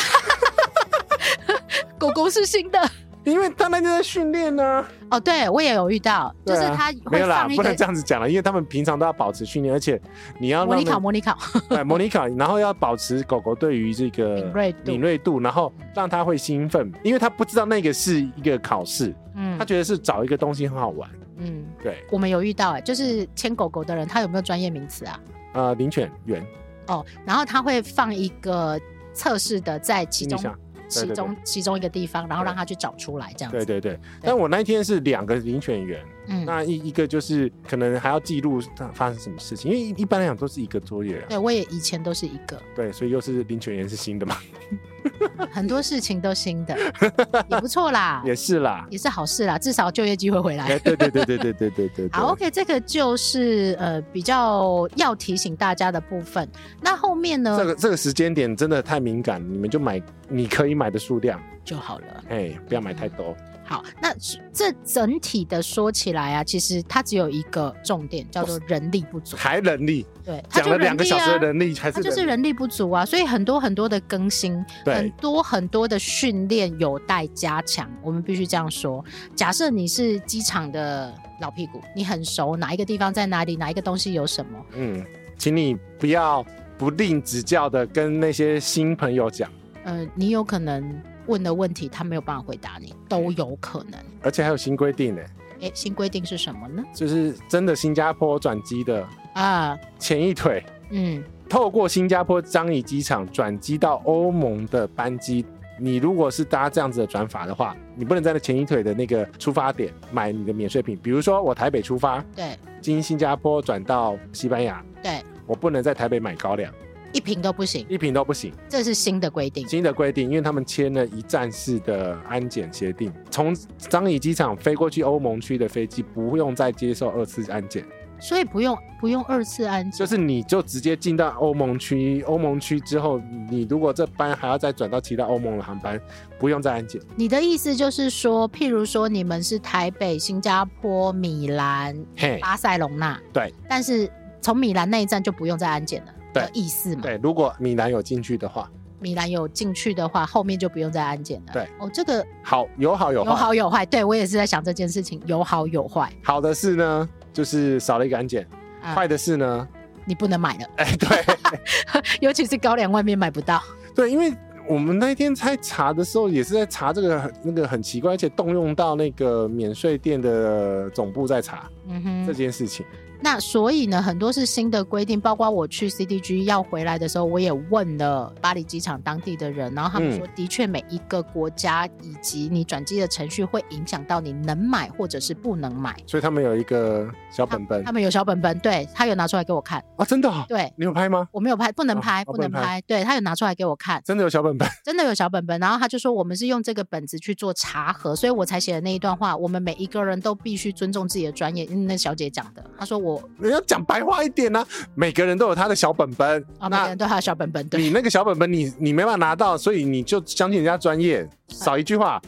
S1: 狗狗是新的，
S2: 因为他那天在训练呢。
S1: 哦，对我也有遇到，啊、就是他会
S2: 没有啦，
S1: 放一
S2: 不能这样子讲了，因为他们平常都要保持训练，而且你要
S1: 模拟考，模拟考，
S2: 对，模拟考，然后要保持狗狗对于这个
S1: 敏锐度，
S2: 敏锐度，然后让它会兴奋，因为他不知道那个是一个考试，嗯，他觉得是找一个东西很好玩，嗯，对，
S1: 我们有遇到、欸，就是牵狗狗的人，他有没有专业名词啊？
S2: 呃，领犬员。
S1: 哦，然后他会放一个测试的在其中。其中
S2: 对对对
S1: 其中一个地方，然后让他去找出来，这样子。
S2: 对对对。但我那一天是两个领犬员，嗯，那一一个就是可能还要记录发生什么事情，因为一般来讲都是一个作业、啊。
S1: 对，我也以前都是一个。
S2: 对，所以又是领犬员是新的嘛。
S1: 很多事情都新的，也不错啦，
S2: 也是啦，
S1: 也是好事啦，至少就业机会回来。
S2: 对对对对对对对对。
S1: 好 ，OK， 这个就是呃比较要提醒大家的部分。那后面呢？
S2: 这个这个时间点真的太敏感，你们就买你可以买的数量
S1: 就好了，
S2: 哎，不要买太多。
S1: 好，那这整体的说起来啊，其实它只有一个重点，叫做人力不足。
S2: 还人力？
S1: 对，
S2: 讲了两个小时的人力，还是
S1: 它就是人力不足啊，所以很多很多的更新，很多很多的训练有待加强。我们必须这样说。假设你是机场的老屁股，你很熟哪一个地方在哪里，哪一个东西有什么，
S2: 嗯，请你不要不吝指教的跟那些新朋友讲。
S1: 呃，你有可能问的问题他没有办法回答你，都有可能。
S2: 而且还有新规定呢。
S1: 哎，新规定是什么呢？
S2: 就是真的新加坡转机的啊，前一腿，嗯，透过新加坡樟宜机场转机到欧盟的班机，你如果是搭这样子的转法的话，你不能在那前一腿的那个出发点买你的免税品。比如说我台北出发，
S1: 对，
S2: 经新加坡转到西班牙，
S1: 对，
S2: 我不能在台北买高粱。
S1: 一瓶都不行，
S2: 一瓶都不行，
S1: 这是新的规定。
S2: 新的规定，因为他们签了一站式的安检协定，从樟宜机场飞过去欧盟区的飞机不用再接受二次安检，
S1: 所以不用不用二次安检，
S2: 就是你就直接进到欧盟区，欧盟区之后，你如果这班还要再转到其他欧盟的航班，不用再安检。
S1: 你的意思就是说，譬如说你们是台北、新加坡、米兰、巴塞隆纳，
S2: 对，
S1: 但是从米兰那一站就不用再安检了。的意思嘛？
S2: 对，如果米兰有进去的话，
S1: 米兰有进去的话，后面就不用再安检了。
S2: 对，
S1: 哦，这个
S2: 好有好有坏，
S1: 有好有坏。对我也是在想这件事情，有好有坏。
S2: 好的是呢，就是少了一个安检；啊、坏的是呢，
S1: 你不能买了。
S2: 哎，对，
S1: 尤其是高粱外面买不到。
S2: 对，因为我们那一天在查的时候，也是在查这个那个很奇怪，而且动用到那个免税店的总部在查、嗯、哼这件事情。
S1: 那所以呢，很多是新的规定，包括我去 C D G 要回来的时候，我也问了巴黎机场当地的人，然后他们说，的确每一个国家以及你转机的程序会影响到你能买或者是不能买，
S2: 所以他们有一个小本本，
S1: 他, 他们有小本本，对，他有拿出来给我看
S2: 啊，真的、哦？
S1: 对，
S2: 你有拍吗？
S1: 我没有拍，不能拍，
S2: 哦、
S1: 不能拍，拍对他有拿出来给我看，
S2: 真的有小本本，
S1: 真的有小本本，然后他就说我们是用这个本子去做查核，所以我才写的那一段话，我们每一个人都必须尊重自己的专业，因为那小姐讲的，她说我
S2: 你要讲白话一点啊，每个人都有他的小本本
S1: 啊、哦，每个人都有他的小本本，对，
S2: 你那个小本本你你没办法拿到，所以你就相信人家专业，少一句话。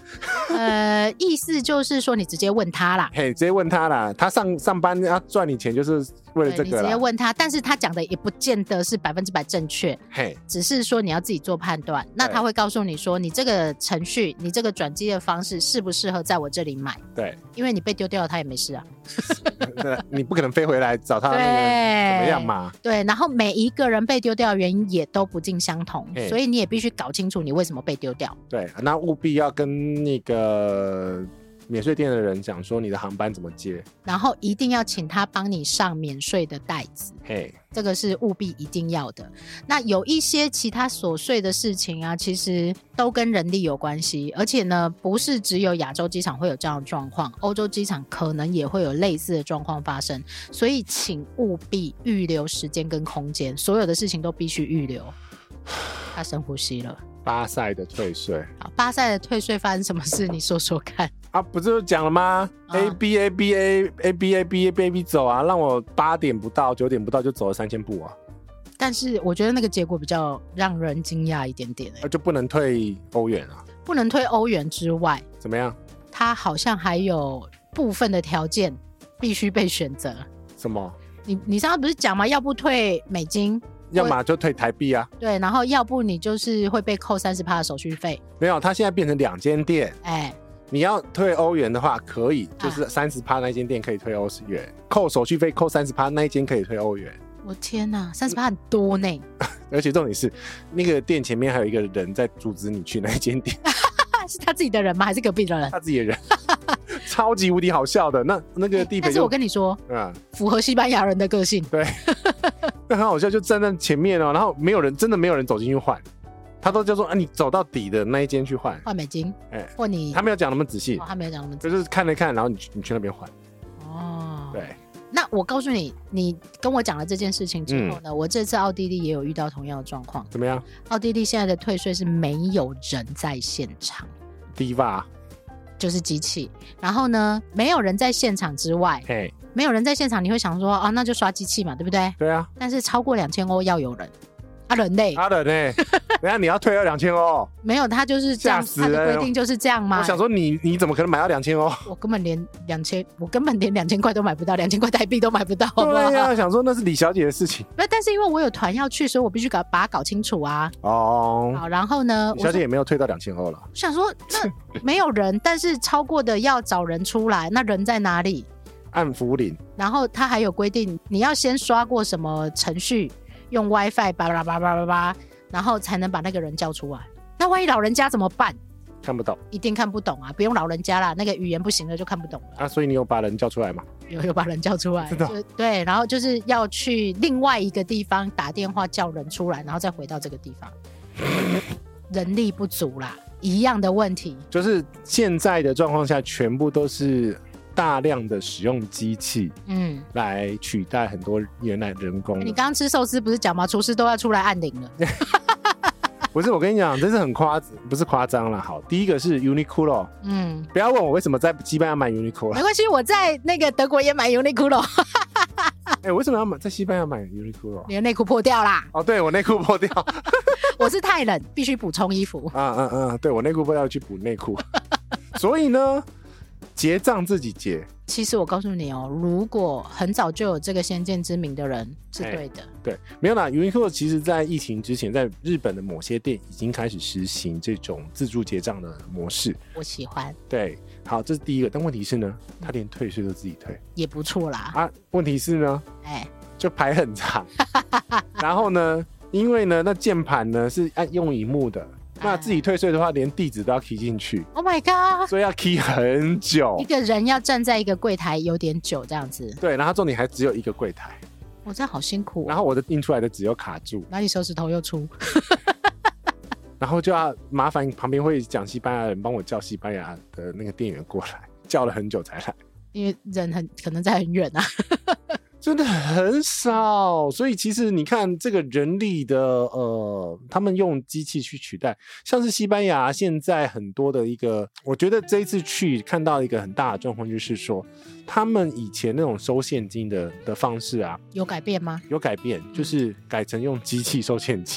S1: 呃，意思就是说你直接问他啦，
S2: 嘿，直接问他啦，他上上班要赚你钱就是为了这
S1: 对，你直
S2: 个啦。
S1: 接问他，但是他讲的也不见得是百分之百正确，
S2: 嘿，
S1: 只是说你要自己做判断。那他会告诉你说，你这个程序，你这个转机的方式适不适合在我这里买？
S2: 对，
S1: 因为你被丢掉了，他也没事啊。
S2: 你不可能飞回来找他那个
S1: 对，
S2: 怎么样嘛？
S1: 对，然后每一个人被丢掉的原因也都不尽相同，
S2: 嘿
S1: 所以你也必须搞清楚你为什么被丢掉。
S2: 对，那务必要跟那个免税店的人讲说你的航班怎么接。
S1: 然后一定要请他帮你上免税的袋子，
S2: 嘿，
S1: 这个是务必一定要的。那有一些其他琐碎的事情啊，其实都跟人力有关系，而且呢，不是只有亚洲机场会有这样的状况，欧洲机场可能也会有类似的状况发生，所以请务必预留时间跟空间，所有的事情都必须预留。他深呼吸了。
S2: 巴塞的退税
S1: 好，巴塞的退税发生什么事？你说说看。
S2: 啊，不是就讲了吗、
S1: 啊、
S2: ？A B A B A A B A B A B B 走啊，让我八点不到九点不到就走了三千步啊，
S1: 但是我觉得那个结果比较让人惊讶一点点、欸、
S2: 那就不能退欧元啊？
S1: 不能退欧元之外，
S2: 怎么样？
S1: 它好像还有部分的条件必须被选择。
S2: 什么？
S1: 你你上次不是讲吗？要不退美金，
S2: 要么就退台币啊。
S1: 对，然后要不你就是会被扣 百分之三十 的手续费。
S2: 没有，它现在变成两间店。
S1: 哎，
S2: 你要退欧元的话，可以，就是 百分之三十 那间店可以退欧元，扣手续费扣 百分之三十 那一间可以退欧元。
S1: 我天哪 ，百分之三十 很多呢。
S2: 而且重点是，那个店前面还有一个人在阻止你去那一间店。
S1: 是他自己的人吗？还是隔壁的人？
S2: 他自己的人。超级无敌好笑的。那那个地陪、欸，
S1: 但是我跟你说，
S2: 嗯，
S1: 符合西班牙人的个性。
S2: 对，那很好笑，就站在前面哦，然后没有人，真的没有人走进去换，他都叫说啊，你走到底的那一间去换，
S1: 换美金，
S2: 哎、欸，
S1: 或你
S2: 他没有讲那么仔细、
S1: 哦，他没有讲那么仔细，
S2: 就是看了看，然后你你去那边换。
S1: 哦，
S2: 对。
S1: 那我告诉你，你跟我讲了这件事情之后呢，嗯、我这次奥地利也有遇到同样的状况。
S2: 怎么样？
S1: 奥地利现在的退税是没有人在现场。
S2: Diva
S1: 就是机器，然后呢，没有人在现场之外，
S2: 嘿，
S1: 没有人在现场，你会想说，哦，那就刷机器嘛，对不对？
S2: 对啊。
S1: 但是超过两千欧要有人，啊，人类，
S2: 啊，人类，等下你要退要两千欧，
S1: 没有，他就是这样，他的规定就是这样嘛。
S2: 我想说你你怎么可能买到两千欧？
S1: 我根本连两千，我根本连两千块都买不到，两千块台币都买不到，好不好？
S2: 对呀，想说那是李小姐的事情。
S1: 不，但是因为我有团要去，所以我必须搞把它搞清楚啊。
S2: 哦，
S1: 好，然后呢，
S2: 李小姐也没有退到两千欧了。
S1: 我想说，那没有人，但是超过的要找人出来，那人在哪里？
S2: 按福林。
S1: 然后他还有规定，你要先刷过什么程序，用 WiFi 叭叭叭叭叭叭，然后才能把那个人叫出来。那万一老人家怎么办？
S2: 看不懂，
S1: 一定看不懂啊！不用老人家啦，那个语言不行了就看不懂了。
S2: 啊，所以你有把人叫出来吗？
S1: 有有把人叫出来，
S2: 真的、
S1: 就对，然后就是要去另外一个地方打电话叫人出来，然后再回到这个地方。人力不足啦，一样的问题。
S2: 就是现在的状况下，全部都是大量的使用机器，嗯，来取代很多原来人工的。
S1: 你刚刚吃寿司不是讲吗？厨师都要出来按铃了。
S2: 不是，我跟你讲，真是很夸，不是夸张啦。好，第一个是 Uniqlo， 嗯，不要问我为什么在西班牙买 Uniqlo，
S1: 没关系，我在那个德国也买 Uniqlo。
S2: 哎、欸，为什么要买在西班牙买 Uniqlo？
S1: 你的内裤破掉啦！
S2: 哦，对我内裤破掉，
S1: 我是太冷，必须补充衣服。
S2: 嗯嗯嗯，对我内裤破掉去补内裤，所以呢，结账自己结。
S1: 其实我告诉你哦，如果很早就有这个先见之明的人是对的。
S2: 对，没有啦 ，Uniqlo 其实在疫情之前，在日本的某些店已经开始实行这种自助结账的模式。
S1: 我喜欢。
S2: 对，好，这是第一个。但问题是呢，他连退税都自己退，
S1: 也不错啦。
S2: 啊，问题是呢，哎，就排很长。然后呢，因为呢，那键盘呢是按用萤幕的。那自己退税的话，连地址都要 key 进去。
S1: Oh my god！
S2: 所以要 key 很久，
S1: 一个人要站在一个柜台有点久这样子。
S2: 对，然后重点还只有一个柜台，
S1: 我这样好辛苦、哦。
S2: 然后我的印出来的只有卡住，
S1: 哪里手指头又粗，
S2: 然后就要麻烦旁边会讲西班牙人帮我叫西班牙的那个店员过来，叫了很久才来，
S1: 因为人很可能在很远啊。
S2: 真的很少，所以其实你看这个人力的呃，他们用机器去取代，像是西班牙现在很多的一个，我觉得这一次去看到一个很大的状况，就是说他们以前那种收现金的的方式啊，
S1: 有改变吗？
S2: 有改变，就是改成用机器收现金。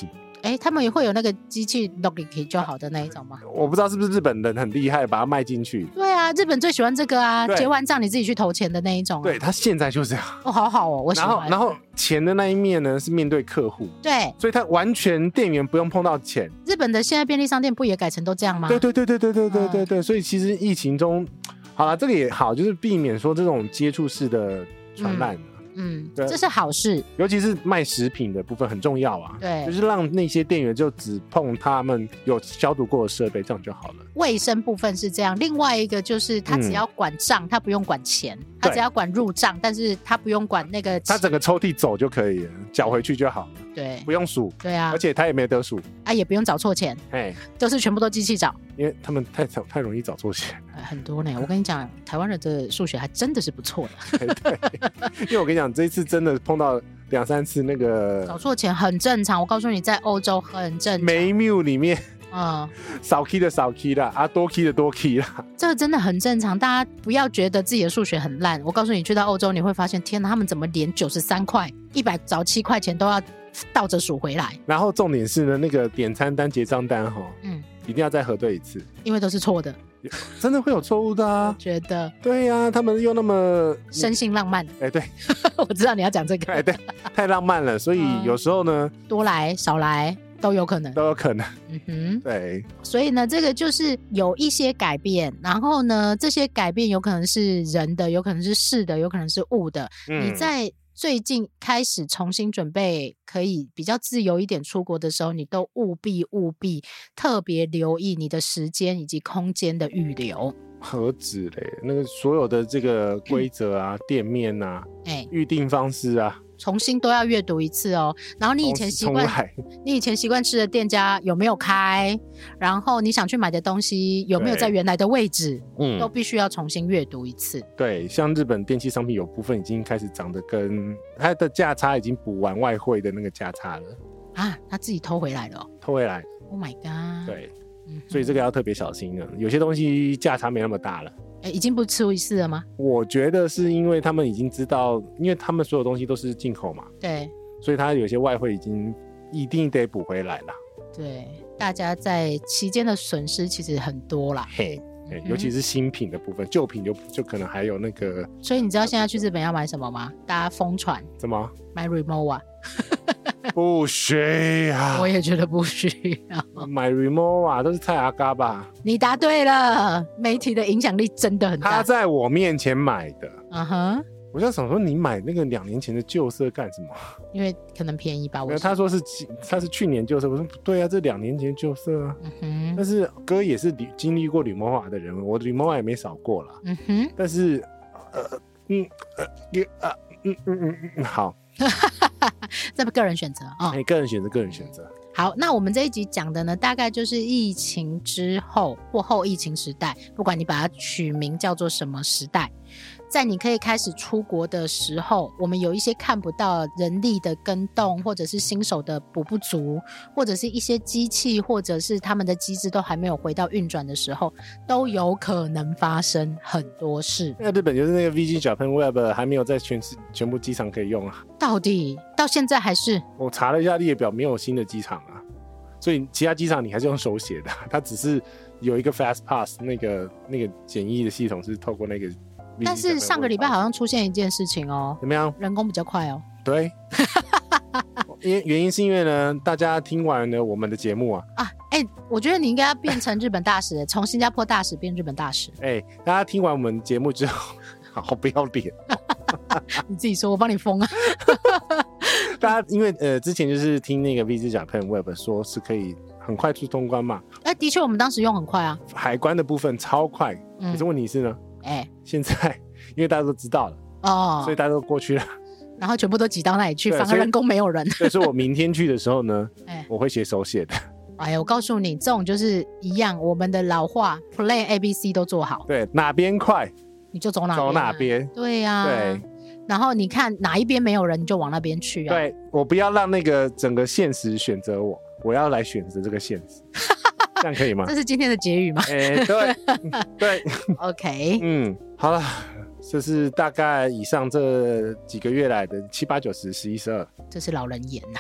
S1: 哎，他们也会有那个机器 login 就好的那一种吗？
S2: 我不知道是不是日本人很厉害，把它卖进去。
S1: 对啊，日本最喜欢这个啊，结完账你自己去投钱的那一种、啊。
S2: 对，他现在就这样。
S1: 哦，好好哦，我喜欢。
S2: 然后，然后钱的那一面呢是面对客户，
S1: 对，
S2: 所以他完全店员不用碰到钱。
S1: 日本的现在便利商店不也改成都这样吗？
S2: 对对对对对对对对对、嗯，所以其实疫情中，好了，这个也好，就是避免说这种接触式的传染。嗯
S1: 嗯，这是好事，
S2: 尤其是卖食品的部分很重要啊。
S1: 对，
S2: 就是让那些店员就只碰他们有消毒过的设备，这样就好了。
S1: 卫生部分是这样，另外一个就是他只要管账、嗯，他不用管钱，他只要管入账，但是他不用管那个，
S2: 他整个抽屉走就可以了，缴回去就好了。
S1: 对，
S2: 不用数。
S1: 对啊，
S2: 而且他也没得数
S1: 啊，也不用找错钱，哎，都是全部都机器找，
S2: 因为他们太太容易找错钱。
S1: 很多呢，我跟你讲，台湾人的数学还真的是不错的。
S2: 对，因为我跟你讲，这一次真的碰到两三次那个
S1: 找错钱很正常。我告诉你，在欧洲很正常。
S2: 每一秒里面，
S1: 嗯，
S2: 少 key 的少 key 啦，啊多 key 的多 key 啦，
S1: 这个真的很正常。大家不要觉得自己的数学很烂。我告诉你，去到欧洲你会发现，天哪，他们怎么连九十三块、一百找七块钱都要倒着数回来？
S2: 然后重点是呢，那个点餐单、结账单哈，嗯，一定要再核对一次，
S1: 因为都是错的。
S2: 真的会有错误的啊！
S1: 我觉得
S2: 对呀、啊，他们又那么
S1: 生性浪漫。
S2: 哎、欸，对，
S1: 我知道你要讲这个。
S2: 哎、欸，对，太浪漫了，所以有时候呢，嗯、
S1: 多来少来都有可能，
S2: 都有可能。
S1: 嗯哼，
S2: 对。
S1: 所以呢，这个就是有一些改变，然后呢，这些改变有可能是人的，有可能是事的，有可能是物的。嗯、你在最近开始重新准备可以比较自由一点出国的时候，你都务必务必特别留意你的时间以及空间的预留。
S2: 何止嘞，那个所有的这个规则啊、嗯、店面啊、哎、预定方式啊，
S1: 重新都要阅读一次哦。然后你以前习惯，你以前习惯吃的店家有没有开？然后你想去买的东西有没有在原来的位置？嗯，都必须要重新阅读一次。
S2: 对，像日本电器商品有部分已经开始涨得跟它的价差已经补完外汇的那个价差了
S1: 啊，他自己偷回来了、哦，
S2: 偷回来。
S1: Oh my god！
S2: 对。所以这个要特别小心了，有些东西价差没那么大了。
S1: 欸、已经不出一次了吗？
S2: 我觉得是因为他们已经知道，因为他们所有东西都是进口嘛，
S1: 对，
S2: 所以他有些外汇已经一定得补回来了。
S1: 对，大家在期间的损失其实很多啦。
S2: 嘿，嗯、尤其是新品的部分，旧品就就可能还有那个。
S1: 所以你知道现在去日本要买什么吗？大家疯传
S2: 什么？
S1: 买 Rimowa。
S2: 不需要，
S1: 我也觉得不需要。
S2: 买 Rimowa 都是蔡阿嘎吧？
S1: 你答对了，媒体的影响力真的很大。
S2: 他在我面前买的，
S1: 嗯哼。
S2: 我就想说，你买那个两年前的旧色干什么？
S1: 因为可能便宜吧。我
S2: 他说是他是去年旧色，我说不对啊，这两年前旧色啊。嗯哼。但是哥也是经历过Rimowa的人，我Rimowa也没少过啦。嗯哼。但是呃嗯呃呃嗯嗯嗯嗯好。
S1: 这个人选择啊、
S2: 哦欸，个人选择，个人选择。
S1: 好，那我们这一集讲的呢，大概就是疫情之后或后疫情时代，不管你把它取名叫做什么时代，在你可以开始出国的时候，我们有一些看不到人力的更动，或者是新手的补不足，或者是一些机器，或者是他们的机制都还没有回到运转的时候，都有可能发生很多事。
S2: 那日本就是那个 V G Japan Web 还没有在全全部机场可以用啊？
S1: 到底到现在还是？
S2: 我查了一下列表，没有新的机场啊，所以其他机场你还是用手写的，它只是有一个 Fast Pass 那个那个简易的系统是透过那个。
S1: 但是上个礼拜好像出现一件事情哦，
S2: 怎么样？
S1: 人工比较快哦。
S2: 对，因原因是因为呢，大家听完了我们的节目啊，
S1: 啊，哎、欸，我觉得你应该要变成日本大使，从新加坡大使变日本大使。
S2: 哎、欸，大家听完我们节目之后，好不要脸，
S1: 你自己说，我帮你封啊。
S2: 大家因为呃之前就是听那个 V G Japan Web 说是可以很快出通关嘛，
S1: 哎、欸，的确我们当时用很快啊，
S2: 海关的部分超快，嗯、可是问题是呢？哎、欸，现在因为大家都知道了哦，所以大家都过去了，
S1: 然后全部都挤到那里去，反而人工没有人。
S2: 所以说我明天去的时候呢，欸、我会写手写的。
S1: 哎呀，我告诉你，这种就是一样，我们的老话 Plan A B C 都做好。
S2: 对，哪边快
S1: 你就走哪边、啊，
S2: 走哪边。
S1: 对呀、啊，
S2: 对。
S1: 然后你看哪一边没有人，你就往那边去啊。
S2: 对，我不要让那个整个现实选择我，我要来选择这个现实。这样可以吗？
S1: 这是今天的结语吗？
S2: 哎、欸，对对
S1: ，OK，
S2: 嗯，好了，这是大概以上这几个月来的七八九十十一十二，
S1: 这是老人言呐、啊。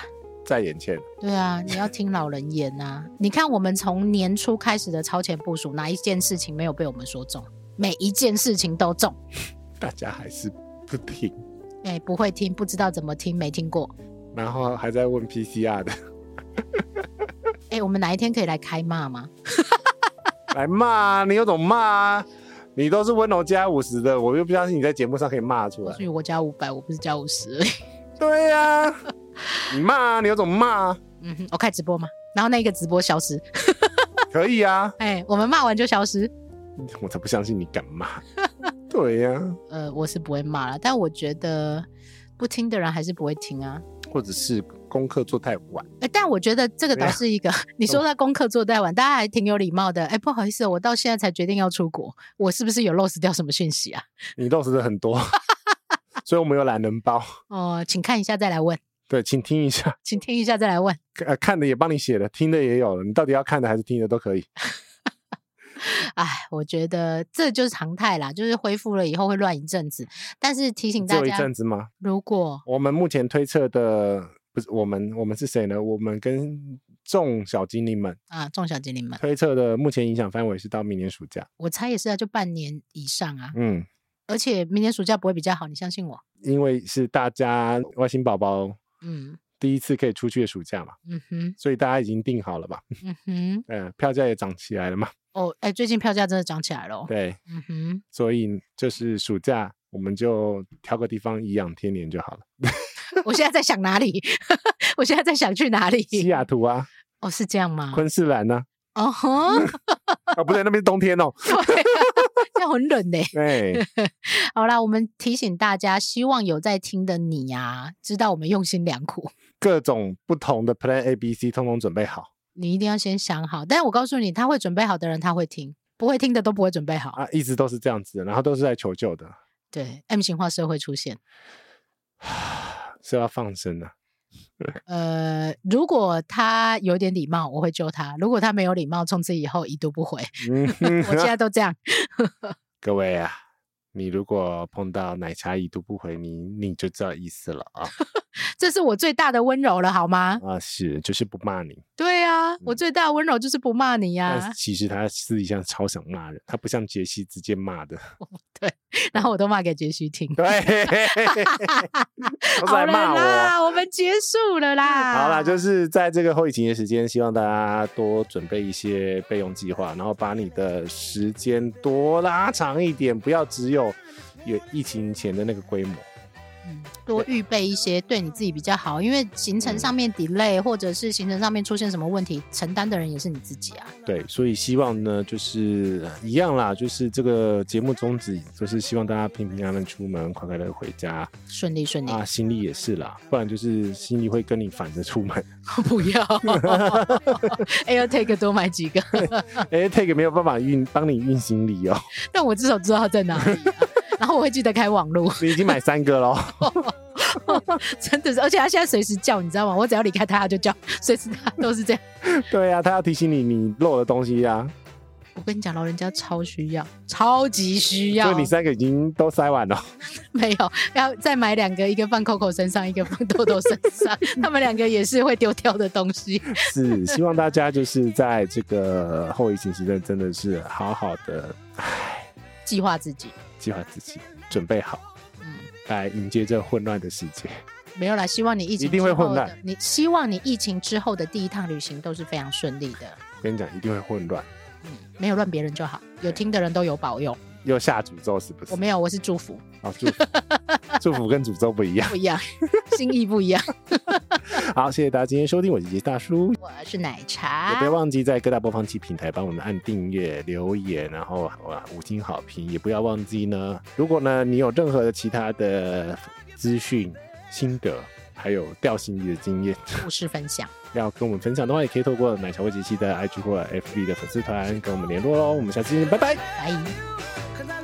S2: 在眼前。
S1: 对啊，你要听老人言啊。你看我们从年初开始的超前部署，哪一件事情没有被我们说中？每一件事情都中，
S2: 大家还是不听，
S1: 哎、欸，不会听，不知道怎么听，没听过，
S2: 然后还在问 P C R 的。
S1: 哎、欸，我们哪一天可以来开骂吗？
S2: 来骂啊！你有种骂啊！你都是温柔加五十的，我又不相信你在节目上可以骂出来。
S1: 所以我加五百，我不是加五十而已。
S2: 对呀、啊，你骂啊！你有种骂啊！
S1: 嗯哼，我开直播嘛，然后那个直播消失。
S2: 可以啊。
S1: 哎、欸，我们骂完就消失。
S2: 我才不相信你敢骂。对呀、啊。
S1: 呃，我是不会骂了，但我觉得不听的人还是不会听啊。
S2: 或者是功课做太晚。
S1: 欸、但我觉得这个倒是一个，你说他功课做太晚，大家还挺有礼貌的。哎、欸，不好意思，我到现在才决定要出国，我是不是有 lost 掉什么讯息啊？
S2: 你 lost 的很多，所以我们有懒人包。
S1: 哦、呃，请看一下再来问。
S2: 对，请听一下，
S1: 请听一下再来问。
S2: 呃，看的也帮你写了，听的也有了，你到底要看的还是听的都可以。
S1: 哎，我觉得这就是常态啦，就是恢复了以后会乱一阵子。但是提醒大家，
S2: 只有一阵子吗？
S1: 如果
S2: 我们目前推测的，不是我们，我们是谁呢？我们跟众小精灵们
S1: 啊，众小精灵们
S2: 推测的目前影响范围是到明年暑假。
S1: 我猜也是啊，就半年以上啊。
S2: 嗯，
S1: 而且明年暑假不会比较好，你相信我。
S2: 因为是大家外星宝宝，
S1: 嗯，
S2: 第一次可以出去的暑假嘛。
S1: 嗯哼，
S2: 所以大家已经订好了吧？
S1: 嗯哼，
S2: 呃，票价也涨起来了嘛。
S1: 哦，哎、欸，最近票价真的涨起来了、哦。
S2: 对，
S1: 嗯哼，
S2: 所以就是暑假我们就挑个地方颐养天年就好了。
S1: 我现在在想哪里？我现在在想去哪里？
S2: 西雅图啊。
S1: 哦，是这样吗？
S2: 昆士兰呢、
S1: 啊？哦吼，
S2: 哦不对，那边是冬天哦。
S1: 对、啊，这样很冷呢。
S2: 对，
S1: 好啦，我们提醒大家，希望有在听的你啊，知道我们用心良苦，
S2: 各种不同的 Plan A、B、C 通通准备好。
S1: 你一定要先想好，但是我告诉你，他会准备好的人他会听，不会听的都不会准备好
S2: 啊，一直都是这样子的，然后都是在求救的。
S1: 对 ，M 型化社会出现，
S2: 是要放生啊。
S1: 呃，如果他有点礼貌，我会救他；如果他没有礼貌，从此以后已读不回。嗯、我现在都这样。
S2: 各位啊，你如果碰到奶茶已读不回你，你就知道意思了啊。
S1: 这是我最大的温柔了，好吗？
S2: 啊，是，就是不骂你。
S1: 对啊，嗯、我最大的温柔就是不骂你呀、啊。
S2: 但其实他私底下超想骂人，他不像杰西直接骂的。
S1: 对，然后我都骂给杰西听。
S2: 对，都是来骂我。
S1: 好了啦，我们结束了啦。
S2: 好啦，就是在这个后疫情的时间，希望大家多准备一些备用计划，然后把你的时间多拉长一点，不要只有有疫情前的那个规模。
S1: 嗯，多预备一些对你自己比较好，因为行程上面 delay、嗯、或者是行程上面出现什么问题，承担的人也是你自己啊。
S2: 对，所以希望呢，就是一样啦，就是这个节目宗旨，就是希望大家平平安安出门，快快乐回家，
S1: 顺利顺利
S2: 啊，心里也是啦，不然就是心里会跟你反着出门。
S1: 不要，AirTag 多买几个
S2: ，AirTag 没有办法运帮你运行李哦，
S1: 但我至少知道它在哪里、啊。然后我会记得开网路。
S2: 你已经买三个咯。
S1: 真的是，而且他现在随时叫，你知道吗？我只要离开他，他就叫，随时他都是这样。
S2: 对啊，他要提醒你你漏的东西啊。
S1: 我跟你讲，老人家超需要，超级需要。
S2: 所以你三个已经都塞完了？
S1: 没有，要再买两个，一个放 Coco 身上，一个放豆豆身上。他们两个也是会丢掉的东西。
S2: 是，希望大家就是在这个后疫情时代，真的是好好的，唉，
S1: 计划自己。
S2: 计划自己，准备好，嗯，来迎接这混乱的世界。
S1: 没有啦，希望你疫情
S2: 一定会混乱。
S1: 你希望你疫情之后的第一趟旅行都是非常顺利的。
S2: 我跟你讲，一定会混乱。
S1: 嗯，没有乱别人就好。有听的人都有保佑。
S2: 又下诅咒是不是？
S1: 我没有，我是祝福。
S2: 哦，祝福，祝福跟诅咒不一样，
S1: 不一样，心意不一样。
S2: 好，谢谢大家今天收听，我是杰大叔，
S1: 我是奶茶，
S2: 也不要忘记在各大播放器平台帮我们按订阅、留言，然后五星好评，也不要忘记呢，如果呢你有任何的其他的资讯、心得，还有掉心里的经验、
S1: 故事分享，
S2: 要跟我们分享的话，也可以透过奶茶味杰西的 I G 或 F B 的粉丝团跟我们联络咯。我们下次见，拜拜，
S1: 拜。